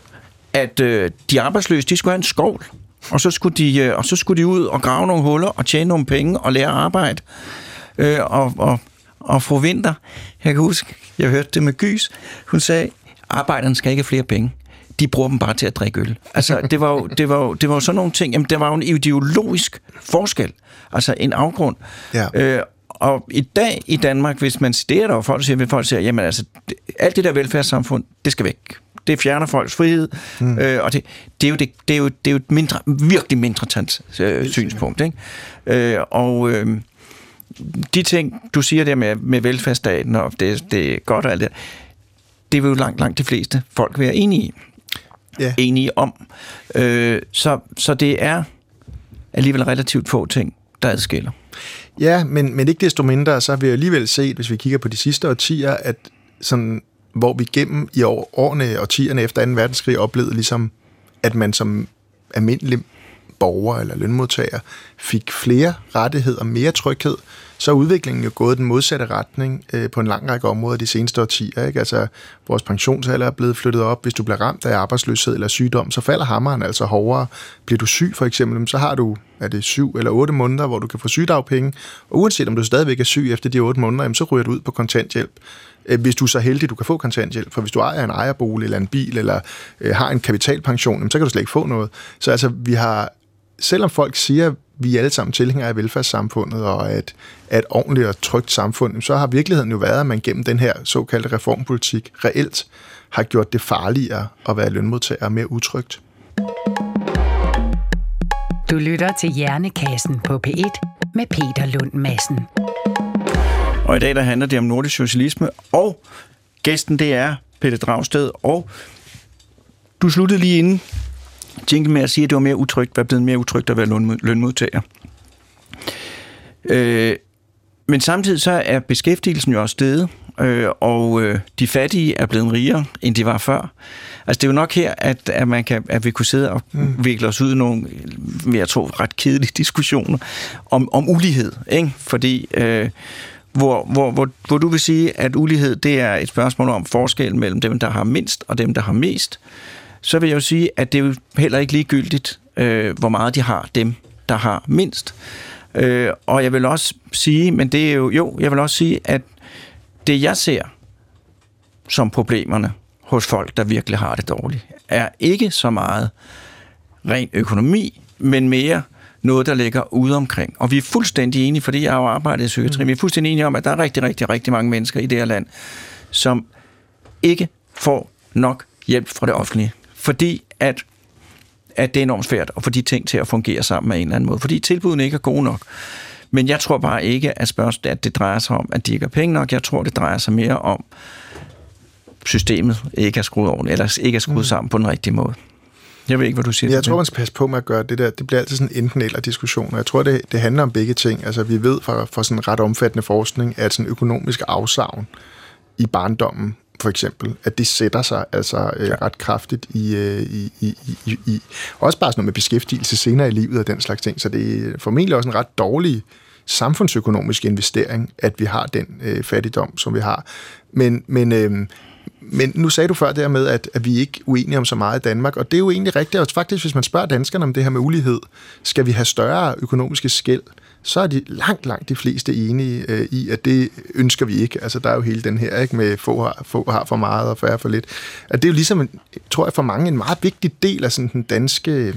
at øh, de arbejdsløse, de skulle have en skovl, og så skulle de, øh, og så skulle de ud og grave nogle huller, og tjene nogle penge, og lære at arbejde. Øh, og, og, og fru Vinter, jeg kan huske, jeg hørte det med Gys, hun sagde, arbejderne skal ikke have flere penge. De bruger dem bare til at drikke øl. Altså, det var jo, det var jo, det var jo sådan nogle ting. Jamen, der var jo en ideologisk forskel. Altså, en afgrund. Ja. Øh, og i dag i Danmark, hvis man siger, der er folk, der siger, folk siger, jamen altså, det, alt det der velfærdssamfund, det skal væk. Det fjerner folks frihed. Mm. Øh, og det, det, er jo det, det, er jo, det er jo et mindre, virkelig mindre tans øh, synspunkt. Ikke? Øh, og øh, de ting, du siger der med, med velfærdsstaten, og det, det er godt og alt det, det vil jo langt, langt de fleste folk være enige i. Yeah. enige om. Øh, så, så det er alligevel relativt få ting, der adskiller. Ja, men, men ikke desto mindre, så har vi alligevel set, hvis vi kigger på de sidste årtier, at sådan, hvor vi gennem i år, årene og årtierne efter anden verdenskrig oplevede ligesom, at man som almindelig borger eller lønmodtager fik flere rettigheder, mere tryghed, så er udviklingen jo gået den modsatte retning øh, på en lang række områder de seneste årtier. Ikke? Altså, vores pensionsalder er blevet flyttet op. Hvis du bliver ramt af arbejdsløshed eller sygdom, så falder hammeren altså hårdere. Bliver du syg for eksempel, så har du er det syv eller otte måneder, hvor du kan få sygedagpenge. Og uanset om du stadigvæk er syg efter de otte måneder, så ryger du ud på kontanthjælp. Hvis du er så heldig, du kan få kontanthjælp. For hvis du ejer en ejerbolig eller en bil, eller øh, har en kapitalpension, så kan du slet ikke få noget. Så altså, vi har, selvom folk siger, at vi er alle sammen tilhængere af velfærdssamfundet og et, et ordentligt og trygt samfund, så har virkeligheden jo været, at man gennem den her såkaldte reformpolitik reelt har gjort det farligere at være lønmodtager og mere utrygt. Du lytter til Hjernekassen på P et med Peter Lund Madsen. Og i dag der handler det om nordisk socialisme, og gæsten det er Pelle Dragsted, og du sluttede lige inden jingle med at sige, at det var mere utrygt, var blevet mere utrygt at være lønmodtager. Øh, Men samtidig så er beskæftigelsen jo også steget, øh, og øh, de fattige er blevet rigere, end de var før. Altså det er jo nok her, at, at, man kan, at vi kunne sidde og mm. vikle os ud i nogle, jeg tror, ret kedelige diskussioner om, om ulighed, ikke? Fordi øh, hvor, hvor, hvor, hvor du vil sige, at ulighed, det er et spørgsmål om forskel mellem dem, der har mindst, og dem, der har mest, så vil jeg jo sige, at det er jo heller ikke ligegyldigt, øh, hvor meget de har, dem, der har mindst. Øh, og jeg vil også sige, men det er jo, jo, jeg vil også sige, at det jeg ser som problemerne hos folk, der virkelig har det dårligt, er ikke så meget ren økonomi, men mere noget, der ligger ude omkring. Og vi er fuldstændig enige, fordi jeg har jo arbejdet i psykiatri, mm. vi er fuldstændig enige om, at der er rigtig, rigtig, rigtig mange mennesker i det her land, som ikke får nok hjælp fra det offentlige, fordi at at det er enormt svært at få de ting til at fungere sammen med en eller anden måde, fordi tilbudene ikke er gode nok. Men jeg tror bare ikke, at spørgsmålet, at det drejer sig om, at de ikke har penge nok. Jeg tror, det drejer sig mere om, systemet ikke er skruet ordentligt, eller ikke er skruet mm. sammen på den rigtige måde. Jeg ved ikke, hvad du siger. Jeg tror, man skal passe på med at gøre det der. Det bliver altid sådan en enten eller diskussion. Jeg tror, det, det handler om begge ting. Altså, vi ved fra, fra sådan ret omfattende forskning, at sådan økonomisk afsavn i barndommen, for eksempel, at det sætter sig altså øh, ret kraftigt i, øh, i, i, i, i også bare sådan noget med beskæftigelse senere i livet og den slags ting. Så det er formentlig også en ret dårlig samfundsøkonomisk investering, at vi har den øh, fattigdom, som vi har. Men, men, øh, men nu sagde du før der med, at, at vi ikke er uenige om så meget i Danmark, og det er jo egentlig rigtigt. Og faktisk, hvis man spørger danskerne om det her med ulighed, skal vi have større økonomiske skel, så er de langt, langt de fleste enige øh, i, at det ønsker vi ikke. Altså, der er jo hele den her, ikke, med få har, få har for meget og færre for lidt. At det er jo ligesom, tror jeg, for mange en meget vigtig del af sådan den danske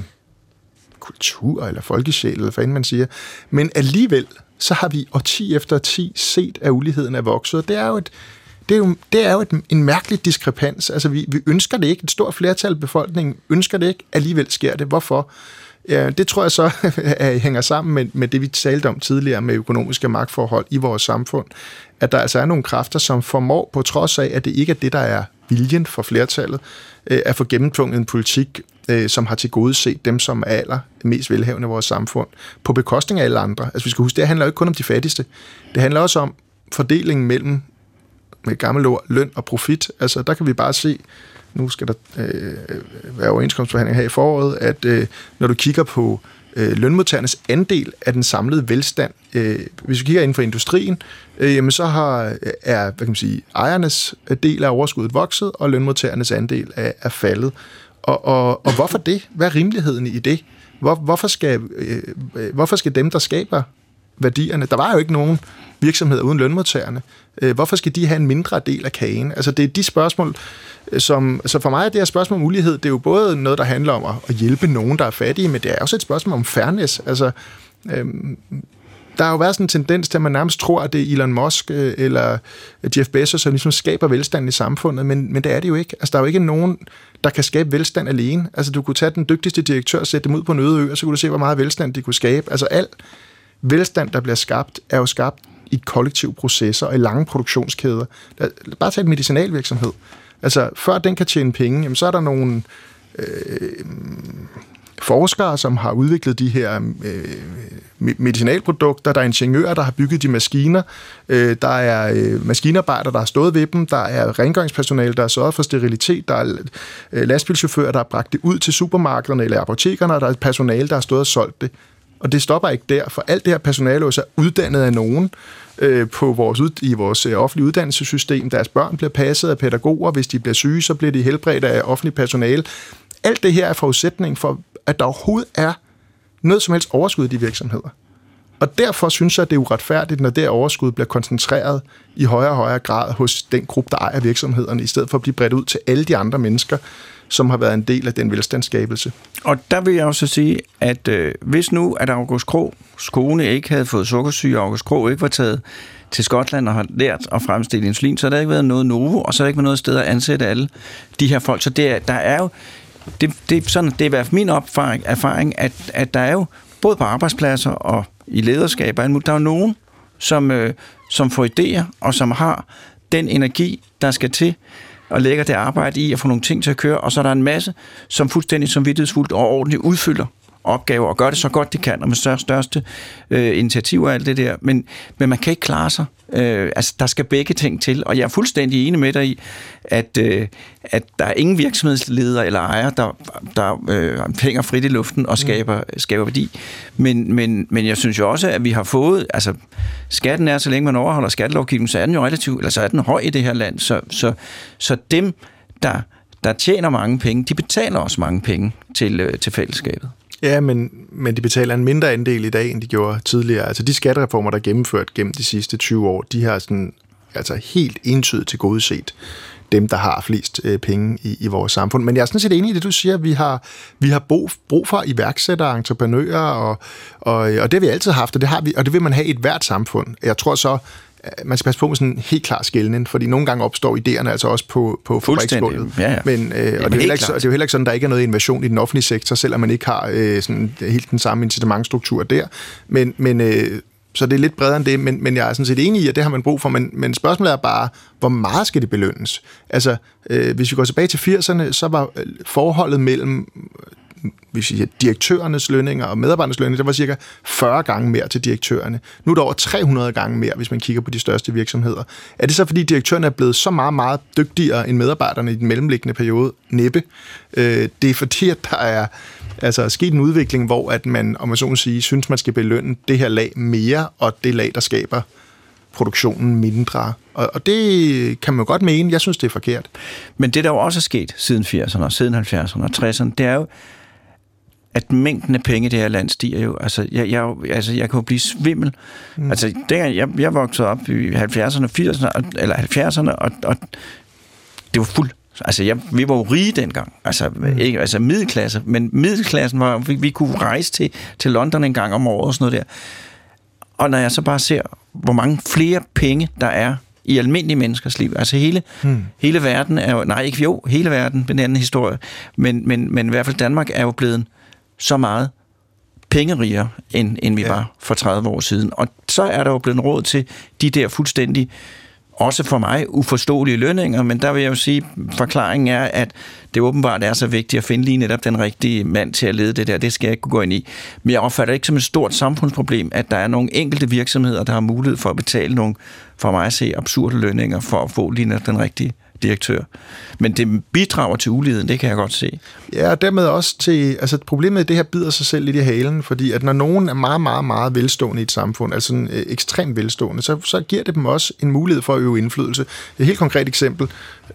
kultur eller folkesjæl, eller hvad man siger. Men alligevel, så har vi årti efter årti set, at uligheden er vokset. Det er jo et Det er jo, det er jo et, en mærkelig diskrepans. Altså, vi, vi ønsker det ikke. Et stort flertal af befolkningen ønsker det ikke. Alligevel sker det. Hvorfor? Ja, det tror jeg så hænger sammen med, med det, vi talte om tidligere med økonomiske magtforhold i vores samfund. At der altså er nogle kræfter, som formår, på trods af, at det ikke er det, der er viljen for flertallet, at få gennemtvunget en politik, som har tilgodeset dem, som er aller mest velhavende i vores samfund, på bekostning af alle andre. Altså, vi skal huske, det handler jo ikke kun om de fattigste. Det handler også om fordelingen mellem med gammel ord, løn og profit. Altså, der kan vi bare se, nu skal der øh, være overenskomstforhandlinger her i foråret, at øh, når du kigger på øh, lønmodtagernes andel af den samlede velstand, øh, hvis vi kigger inden for industrien, øh, jamen så har, er, hvad kan man sige, ejernes del af overskuddet vokset, og lønmodtagernes andel er, er faldet. Og, og, og hvorfor det? Hvad er rimeligheden i det? Hvor, hvorfor, skal, øh, hvorfor skal dem, der skaber værdierne, der var jo ikke nogen virksomheder uden lønmodtagerne, hvorfor skal de have en mindre del af kagen? Altså, det er de spørgsmål, som... Altså for mig er det her spørgsmål om ulighed, det er jo både noget, der handler om at hjælpe nogen, der er fattige, men det er også et spørgsmål om fairness. Altså, øhm, der har jo været sådan en tendens til, at man nærmest tror, at det er Elon Musk eller Jeff Bezos, som ligesom skaber velstand i samfundet, men, men det er det jo ikke. Altså, der er jo ikke nogen, der kan skabe velstand alene. Altså, du kunne tage den dygtigste direktør og sætte dem ud på en øde ø, og så kunne du se, hvor meget velstand de kunne skabe. Altså, al velstand, der bliver skabt, er jo skabt i kollektive processer og i lange produktionskæder. Bare tag en medicinalvirksomhed. Altså, før den kan tjene penge, jamen, så er der nogle øh, forskere, som har udviklet de her øh, medicinalprodukter. Der er ingeniører, der har bygget de maskiner. Øh, der er øh, maskinarbejdere, der har stået ved dem. Der er rengøringspersonale, der har sørget for sterilitet. Der er øh, lastbilchauffører, der har bragt det ud til supermarkederne eller apotekerne. Og der er personale, der har stået og solgt det. Og det stopper ikke der, for alt det her personale er uddannet af nogen øh, på vores, i vores øh, offentlige uddannelsessystem. Deres børn bliver passet af pædagoger. Hvis de bliver syge, så bliver de helbredt af offentlig personale. Alt det her er forudsætning for, at der overhovedet er noget som helst overskud i de virksomheder. Og derfor synes jeg, at det er uretfærdigt, når det overskud bliver koncentreret i højere og højere grad hos den gruppe, der ejer virksomhederne, i stedet for at blive bredt ud til alle de andre mennesker, som har været en del af den velstandsskabelse. Og der vil jeg også sige, at øh, hvis nu, at August Krogs kone ikke havde fået sukkersyge, og August Krog ikke var taget til Skotland og har lært at fremstille insulin, så har der ikke været noget Novo, og så har der ikke været noget sted at ansætte alle de her folk. Så det er, der er jo, det, det, sådan, det er i hvert fald min opfaring, erfaring, at, at der er jo, både på arbejdspladser og i lederskaber, der er jo nogen, som, øh, som får idéer, og som har den energi, der skal til, og lægger det arbejde i at få nogle ting til at køre, og så er der en masse, som fuldstændig samvittighedsfuldt og ordentligt udfylder opgave, og gør det så godt de kan, og med største, største øh, initiativer og alt det der, men, men man kan ikke klare sig. Øh, altså, der skal begge ting til, og jeg er fuldstændig enig med dig i, at, øh, at der er ingen virksomhedsleder eller ejer, der, der øh, hænger frit i luften og skaber, mm. skaber værdi. Men, men, men jeg synes jo også, at vi har fået, altså skatten er, så længe man overholder skattelovgivningen, så er den jo relativt, eller så er den høj i det her land, så, så, så dem, der, der tjener mange penge, de betaler også mange penge til, øh, til fællesskabet. Ja, men, men de betaler en mindre andel i dag, end de gjorde tidligere. Altså de skattereformer, der er gennemført gennem de sidste tyve år, de har sådan, altså helt entydigt tilgodeset dem, der har flest øh, penge i, i vores samfund. Men jeg er sådan set enig i det, du siger. Vi har, vi har brug, brug for iværksættere, entreprenører, og, og, og det har vi altid haft, og det, har vi, og det vil man have i et hvert samfund. Jeg tror så, man skal passe på med sådan en helt klar skelnen, fordi nogle gange opstår idéerne altså også på, på fabriksgulvet. Ja, ja. Men, øh, og det er, heller ikke, det er jo heller ikke sådan, der ikke er noget innovation i den offentlige sektor, selvom man ikke har øh, sådan, helt den samme incitamentstruktur der. Men, men, øh, så det er lidt bredere end det, men, men jeg er sådan set enig i, at det har man brug for. Men, men spørgsmålet er bare, hvor meget skal det belønnes? Altså, øh, hvis vi går tilbage til firserne, så var forholdet mellem hvis vi siger, direktørernes lønninger og medarbejdernes lønninger, der var cirka fyrre gange mere til direktørerne. Nu er der over tre hundrede gange mere, hvis man kigger på de største virksomheder. Er det så, fordi direktørerne er blevet så meget, meget dygtigere end medarbejderne i den mellemliggende periode? Næppe. Øh, det er fordi, at der er altså, sket en udvikling, hvor at man, om man så må sige, synes, man skal belønne det her lag mere, og det lag, der skaber produktionen mindre. Og, og det kan man godt mene. Jeg synes, det er forkert. Men det, der jo også er sket siden firserne, siden halvfjerdserne og tresserne, det er jo, at mængden af penge i det her land stiger jo. Altså, jeg, jeg, altså, jeg kan jo blive svimmel. Mm. Altså, dengang jeg, jeg voksede op i halvfjerdserne, firserne, eller halvfjerdserne, og, og det var fuld. Altså, jeg, vi var jo rige dengang. Altså, mm. ikke, altså middelklasse, men middelklassen var, vi, vi kunne rejse til, til London en gang om året og sådan noget der. Og når jeg så bare ser, hvor mange flere penge der er i almindelige menneskers liv, altså hele, hmm. hele verden er jo, nej ikke jo, hele verden, en anden historie, men, men, men i hvert fald Danmark er jo blevet så meget pengerigere, end, end vi ja. var for tredive år siden. Og så er der jo blevet råd til de der fuldstændig, også for mig, uforståelige lønninger, men der vil jeg jo sige, forklaringen er, at det åbenbart er så vigtigt at finde lige netop den rigtige mand til at lede det der. Det skal jeg ikke kunne gå ind i. Men jeg opfatter det ikke som et stort samfundsproblem, at der er nogle enkelte virksomheder, der har mulighed for at betale nogle, for mig at se, absurde lønninger for at få lige netop den rigtige direktør. Men det bidrager til uligheden, det kan jeg godt se. Ja, og dermed også til, altså problemet er, det her bider sig selv lidt i halen, fordi at når nogen er meget, meget, meget velstående i et samfund, altså sådan, øh, ekstremt velstående, så, så giver det dem også en mulighed for at øve indflydelse. Et helt konkret eksempel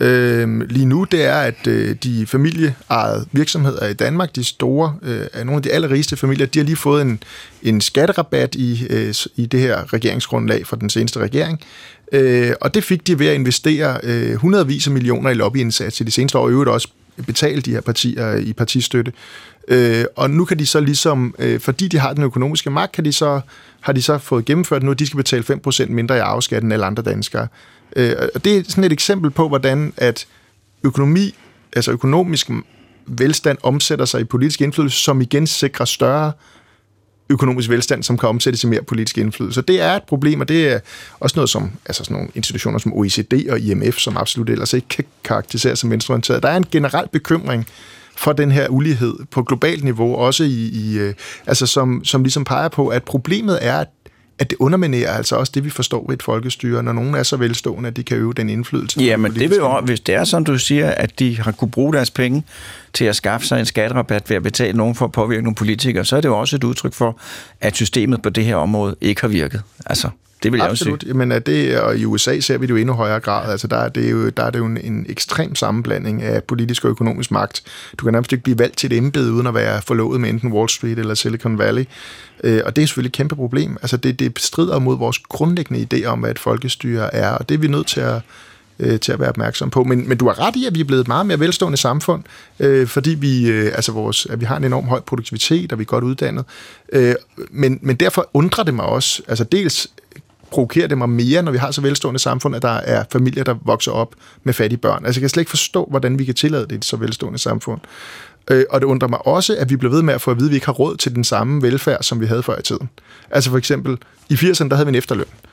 øh, lige nu, det er, at øh, de familieejede virksomheder i Danmark, de store, øh, nogle af de allerrigeste familier, de har lige fået en, en skatterabat i, øh, i det her regeringsgrundlag for den seneste regering. Øh, og det fik de ved at investere øh, hundredvis af millioner i lobbyindsats i de seneste år, og i øvrigt også betale de her partier i partistøtte. Øh, og nu kan de så ligesom, øh, fordi de har den økonomiske magt, kan de så, har de så fået gennemført nu, at de skal betale fem procent mindre i arveskat end alle andre danskere. Øh, og det er sådan et eksempel på, hvordan at økonomi, altså økonomisk velstand omsætter sig i politisk indflydelse, som igen sikrer større økonomisk velstand, som kan omsættes i mere politisk indflydelse. Det er et problem, og det er også noget som, altså sådan nogle institutioner som O E C D og I M F, som absolut ellers ikke kan karakteriseres som venstreorienteret. Der er en generel bekymring for den her ulighed på globalt niveau, også i, i altså som, som ligesom peger på, at problemet er, at det underminerer altså også det, vi forstår ved et folkestyre, når nogen er så velstående, at de kan øve den indflydelse. Ja, men det vil jo, hvis det er sådan, du siger, at de har kunne bruge deres penge til at skaffe sig en skatterabat ved at betale nogen for at påvirke nogle politikere, så er det jo også et udtryk for, at systemet på det her område ikke har virket. Altså, det vil jeg Absolut. jo sige. Men er det, og i U S A ser vi det jo endnu højere grad. Altså, der er det jo, der er det jo en, en ekstrem sammenblanding af politisk og økonomisk magt. Du kan nærmest ikke blive valgt til et embede, uden at være forlovet med enten Wall Street eller Silicon Valley. Øh, og det er selvfølgelig et kæmpe problem. Altså, det, det strider mod vores grundlæggende idé om, hvad et folkestyre er, og det er vi nødt til at til at være opmærksom på. Men, men du har ret i, at vi er blevet et meget mere velstående samfund, øh, fordi vi, øh, altså vores, at vi har en enorm høj produktivitet, og vi er godt uddannet. Øh, men, men derfor undrer det mig også, altså dels provokerer det mig mere, når vi har så velstående samfund, at der er familier, der vokser op med fattige børn. Altså jeg kan slet ikke forstå, hvordan vi kan tillade det i et så velstående samfund. Øh, og det undrer mig også, at vi bliver ved med at få at vide, at vi ikke har råd til den samme velfærd, som vi havde før i tiden. Altså for eksempel, i firserne, der havde vi en efterløn.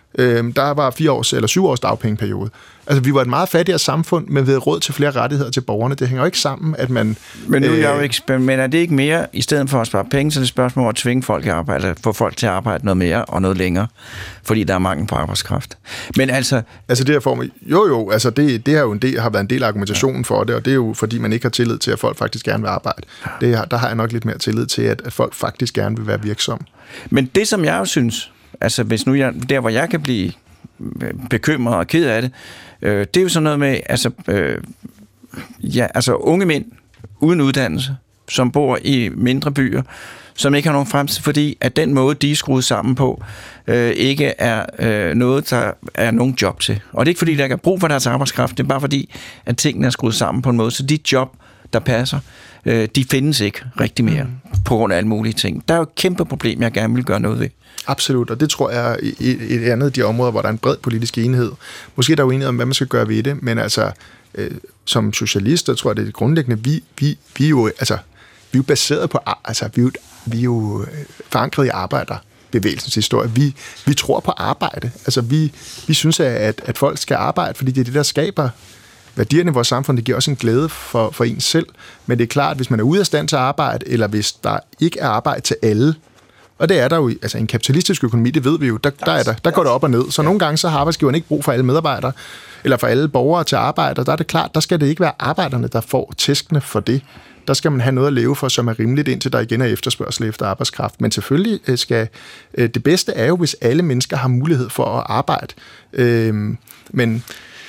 Øh, der var fire års eller syv års dagpengeperiode. Altså, vi var et meget fattigere samfund, men vi havde råd til flere rettigheder til borgerne. Det hænger jo ikke sammen, at man... Men nu er jeg jo ikke men er det ikke mere, i stedet for at spare penge, så er det spørgsmål om at tvinge folk i arbejde, få folk til at arbejde noget mere og noget længere, fordi der er mangel på arbejdskraft. Men altså... Altså det her form... Jo, jo, altså det, det har jo en del, har været en del af argumentationen for det, og det er jo fordi, man ikke har tillid til, at folk faktisk gerne vil arbejde. Det, der har jeg nok lidt mere tillid til, at, at folk faktisk gerne vil være virksomme. Men det, som jeg jo synes, altså hvis nu jeg, der, hvor jeg kan blive bekymret og ked af det, øh, det er jo sådan noget med, altså, øh, ja, altså unge mænd uden uddannelse, som bor i mindre byer, som ikke har nogen fremtid, fordi at den måde, de er skruet sammen på, øh, ikke er øh, noget, der er nogen job til. Og det er ikke fordi, der ikke er brug for deres arbejdskraft, det er bare fordi, at tingene er skruet sammen på en måde, så de job, der passer, øh, de findes ikke rigtig mere, mm. på grund af alle mulige ting. Der er jo et kæmpe problem, jeg gerne vil gøre noget ved. Absolut, og det tror jeg er et andet af de områder, hvor der er en bred politisk enighed. Måske er der jo enighed om, hvad man skal gøre ved det, men altså, øh, som socialister, tror jeg, det er grundlæggende, vi, vi, vi er jo, altså, vi er jo baseret på, altså, vi er jo, vi er jo forankret i arbejderbevægelsens historie. Vi, vi tror på arbejde. Altså, vi, vi synes, at, at folk skal arbejde, fordi det er det, der skaber værdierne i vores samfund. Det giver også en glæde for, for en selv. Men det er klart, at hvis man er ude af stand til at arbejde, eller hvis der ikke er arbejde til alle, og det er der jo, altså en kapitalistisk økonomi, det ved vi jo, der, der, er der, der går det op og ned. Så nogle gange så har arbejdsgiveren ikke brug for alle medarbejdere, eller for alle borgere til at arbejde, og der er det klart, der skal det ikke være arbejderne, der får tæskene for det. Der skal man have noget at leve for, som er rimeligt, indtil der igen er efterspørgsel efter arbejdskraft. Men selvfølgelig skal det bedste er jo, hvis alle mennesker har mulighed for at arbejde. Øhm, men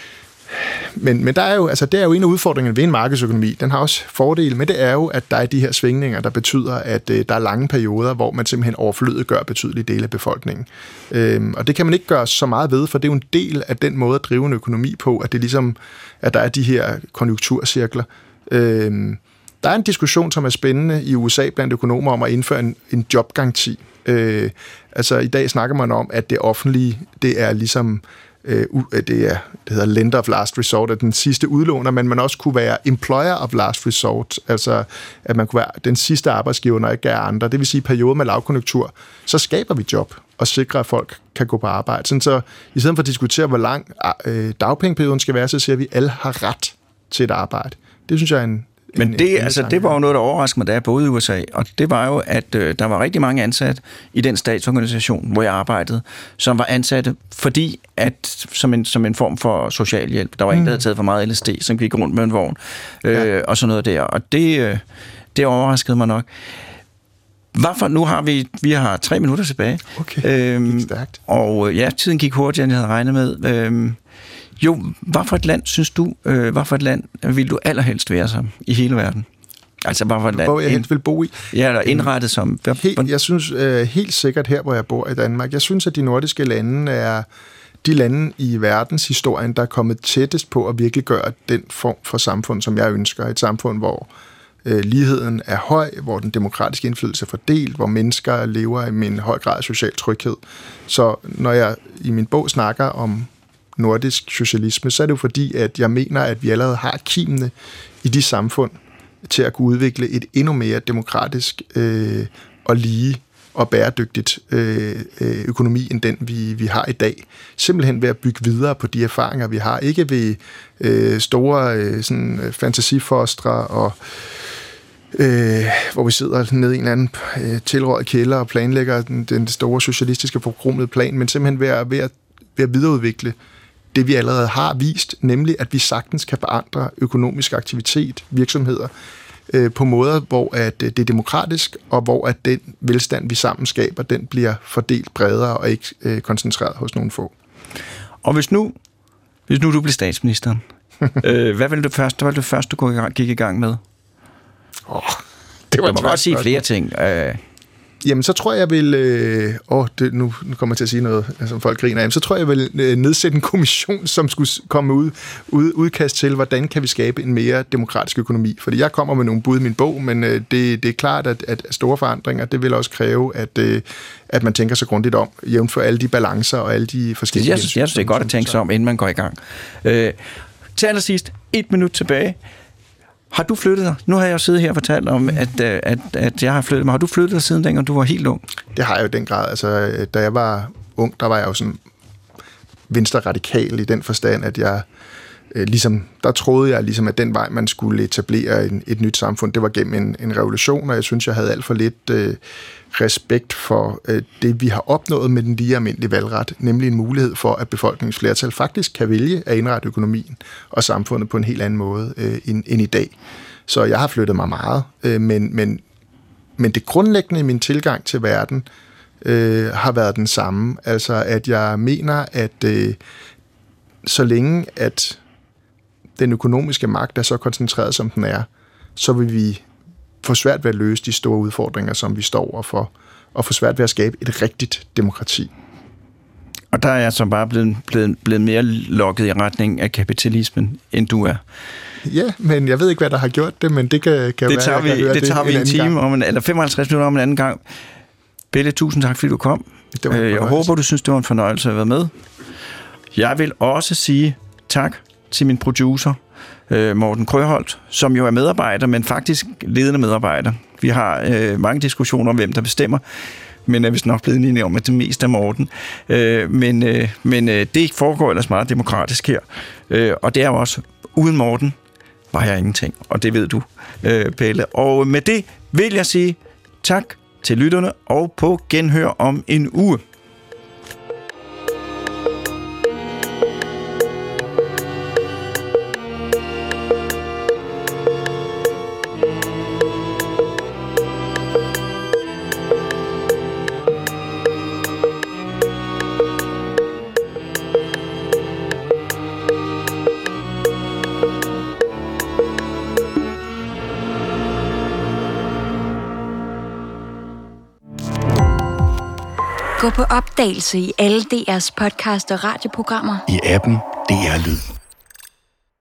Men, men der er jo, altså, det er jo en af udfordringerne ved en markedsøkonomi. Den har også fordele, men det er jo, at der er de her svingninger, der betyder, at øh, der er lange perioder, hvor man simpelthen overflødigt gør betydelige dele af befolkningen. Øhm, og det kan man ikke gøre så meget ved, for det er jo en del af den måde at drive en økonomi på, at det ligesom, at der er de her konjunkturcirkler. Øhm, der er en diskussion, som er spændende i U S A blandt økonomer om at indføre en, en jobgaranti. Øh, altså i dag snakker man om, at det offentlige, det er ligesom det er, det hedder lender of last resort, at den sidste udlåner, men man også kunne være employer of last resort, altså at man kunne være den sidste arbejdsgiver, når ikke er andre. Det vil sige, i perioder med lavkonjunktur, så skaber vi job og sikrer, at folk kan gå på arbejde. Sådan så i stedet for at diskutere, hvor lang øh, dagpengeperioden skal være, så siger vi, at alle har ret til et arbejde. Det synes jeg er en Men det, en, altså, det var jo noget, der overraskede mig, da jeg boede i U S A, og det var jo, at øh, der var rigtig mange ansatte i den statsorganisation, hvor jeg arbejdede, som var ansatte, fordi at som en, som en form for socialhjælp. Der var mm. en, der havde taget for meget L S D, som gik rundt med en vogn, øh, ja. og sådan noget der. Og det, øh, det overraskede mig nok. Hvorfor? Nu har vi, vi har tre minutter tilbage. Okay, øhm, stærkt. Og ja, tiden gik hurtigere, end jeg havde regnet med. Øhm, Jo, hvad for et land, synes du, øh, hvad for et land vil du allerhelst være som i hele verden? Altså, hvad for et land? Hvor jeg helst vil bo i? Ja, eller indrettet som? Helt, jeg synes øh, helt sikkert her, hvor jeg bor i Danmark, jeg synes, at de nordiske lande er de lande i verdenshistorien, der er kommet tættest på at virkelig gøre den form for samfund, som jeg ønsker. Et samfund, hvor øh, ligheden er høj, hvor den demokratiske indflydelse er fordelt, hvor mennesker lever med en høj grad af social tryghed. Så når jeg i min bog snakker om nordisk socialisme, så er det jo fordi, at jeg mener, at vi allerede har kimene i de samfund til at kunne udvikle et endnu mere demokratisk øh, og lige og bæredygtigt øh, økonomi, end den, vi, vi har i dag. Simpelthen ved at bygge videre på de erfaringer, vi har. Ikke ved øh, store øh, sådan, fantasifostre, og, øh, hvor vi sidder nede i en eller anden øh, tilrådet kælder og planlægger den, den store socialistiske forkromede plan, men simpelthen ved at, ved at, ved at videreudvikle det, vi allerede har vist, nemlig at vi sagtens kan forandre økonomisk aktivitet, virksomheder, øh, på måder, hvor at det er demokratisk, og hvor at den velstand, vi sammen skaber, den bliver fordelt bredere og ikke øh, koncentreret hos nogle få. Og hvis nu, hvis nu du blev statsministeren, øh, hvad ville du først, hvad ville du først, du gik i gang med? Oh, det var du må godt sige flere ting. Øh, Jamen, så tror jeg, jeg vil... Øh, åh, det, nu, nu kommer jeg til at sige noget, som folk griner af. Så tror jeg, jeg vil øh, nedsætte en kommission, som skulle komme ud, ud udkast til, hvordan kan vi skabe en mere demokratisk økonomi. Fordi jeg kommer med nogle bud i min bog, men øh, det, det er klart, at, at store forandringer, det vil også kræve, at, øh, at man tænker sig grundigt om, jævnt for alle de balancer og alle de forskellige... Jeg synes, jeg synes det er godt at tænke sig om, inden man går i gang. Øh, til allersidst, et minut tilbage. Har du flyttet dig? Nu har jeg jo siddet her og fortalt om, at, at, at jeg har flyttet mig. Har du flyttet dig siden dengang, du var helt ung? Det har jeg jo i den grad. Altså, da jeg var ung, der var jeg jo sådan venstre radikal i den forstand, at jeg øh, ligesom, der troede jeg ligesom, at den vej, man skulle etablere en, et nyt samfund, det var gennem en, en revolution, og jeg synes, jeg havde alt for lidt øh, respekt for øh, det, vi har opnået med den lige almindelige valgret, nemlig en mulighed for, at befolkningens flertal faktisk kan vælge at indrette økonomien og samfundet på en helt anden måde øh, end, end i dag. Så jeg har flyttet mig meget, øh, men, men, men det grundlæggende i min tilgang til verden øh, har været den samme. Altså, at jeg mener, at øh, så længe at den økonomiske magt er så koncentreret, som den er, så vil vi få svært ved at løse de store udfordringer, som vi står overfor, og få svært ved at skabe et rigtigt demokrati. Og der er jeg så bare blevet, blevet, blevet mere lokket i retning af kapitalismen, end du er. Ja, men jeg ved ikke, hvad der har gjort det, men det kan, kan det være, tager vi, jeg kan det, det tager vi en time, om en, eller femoghalvtreds minutter om en anden gang. Pelle, tusind tak, fordi du kom. Jeg håber, du synes, det var en fornøjelse at være med. Jeg vil også sige tak til min producer, Morten Krøholt, som jo er medarbejder, men faktisk ledende medarbejder. Vi har øh, mange diskussioner om, hvem der bestemmer, men er vist nok blevet enige om, at det mest er Morten. Øh, men øh, men øh, det foregår ellers meget demokratisk her. Øh, og det er jo også, uden Morten var jeg ingenting, og det ved du, øh, Pelle. Og med det vil jeg sige tak til lytterne, og på genhør om en uge. Gå på opdagelse i alle D R's podcast og radioprogrammer. I appen D R Lyd.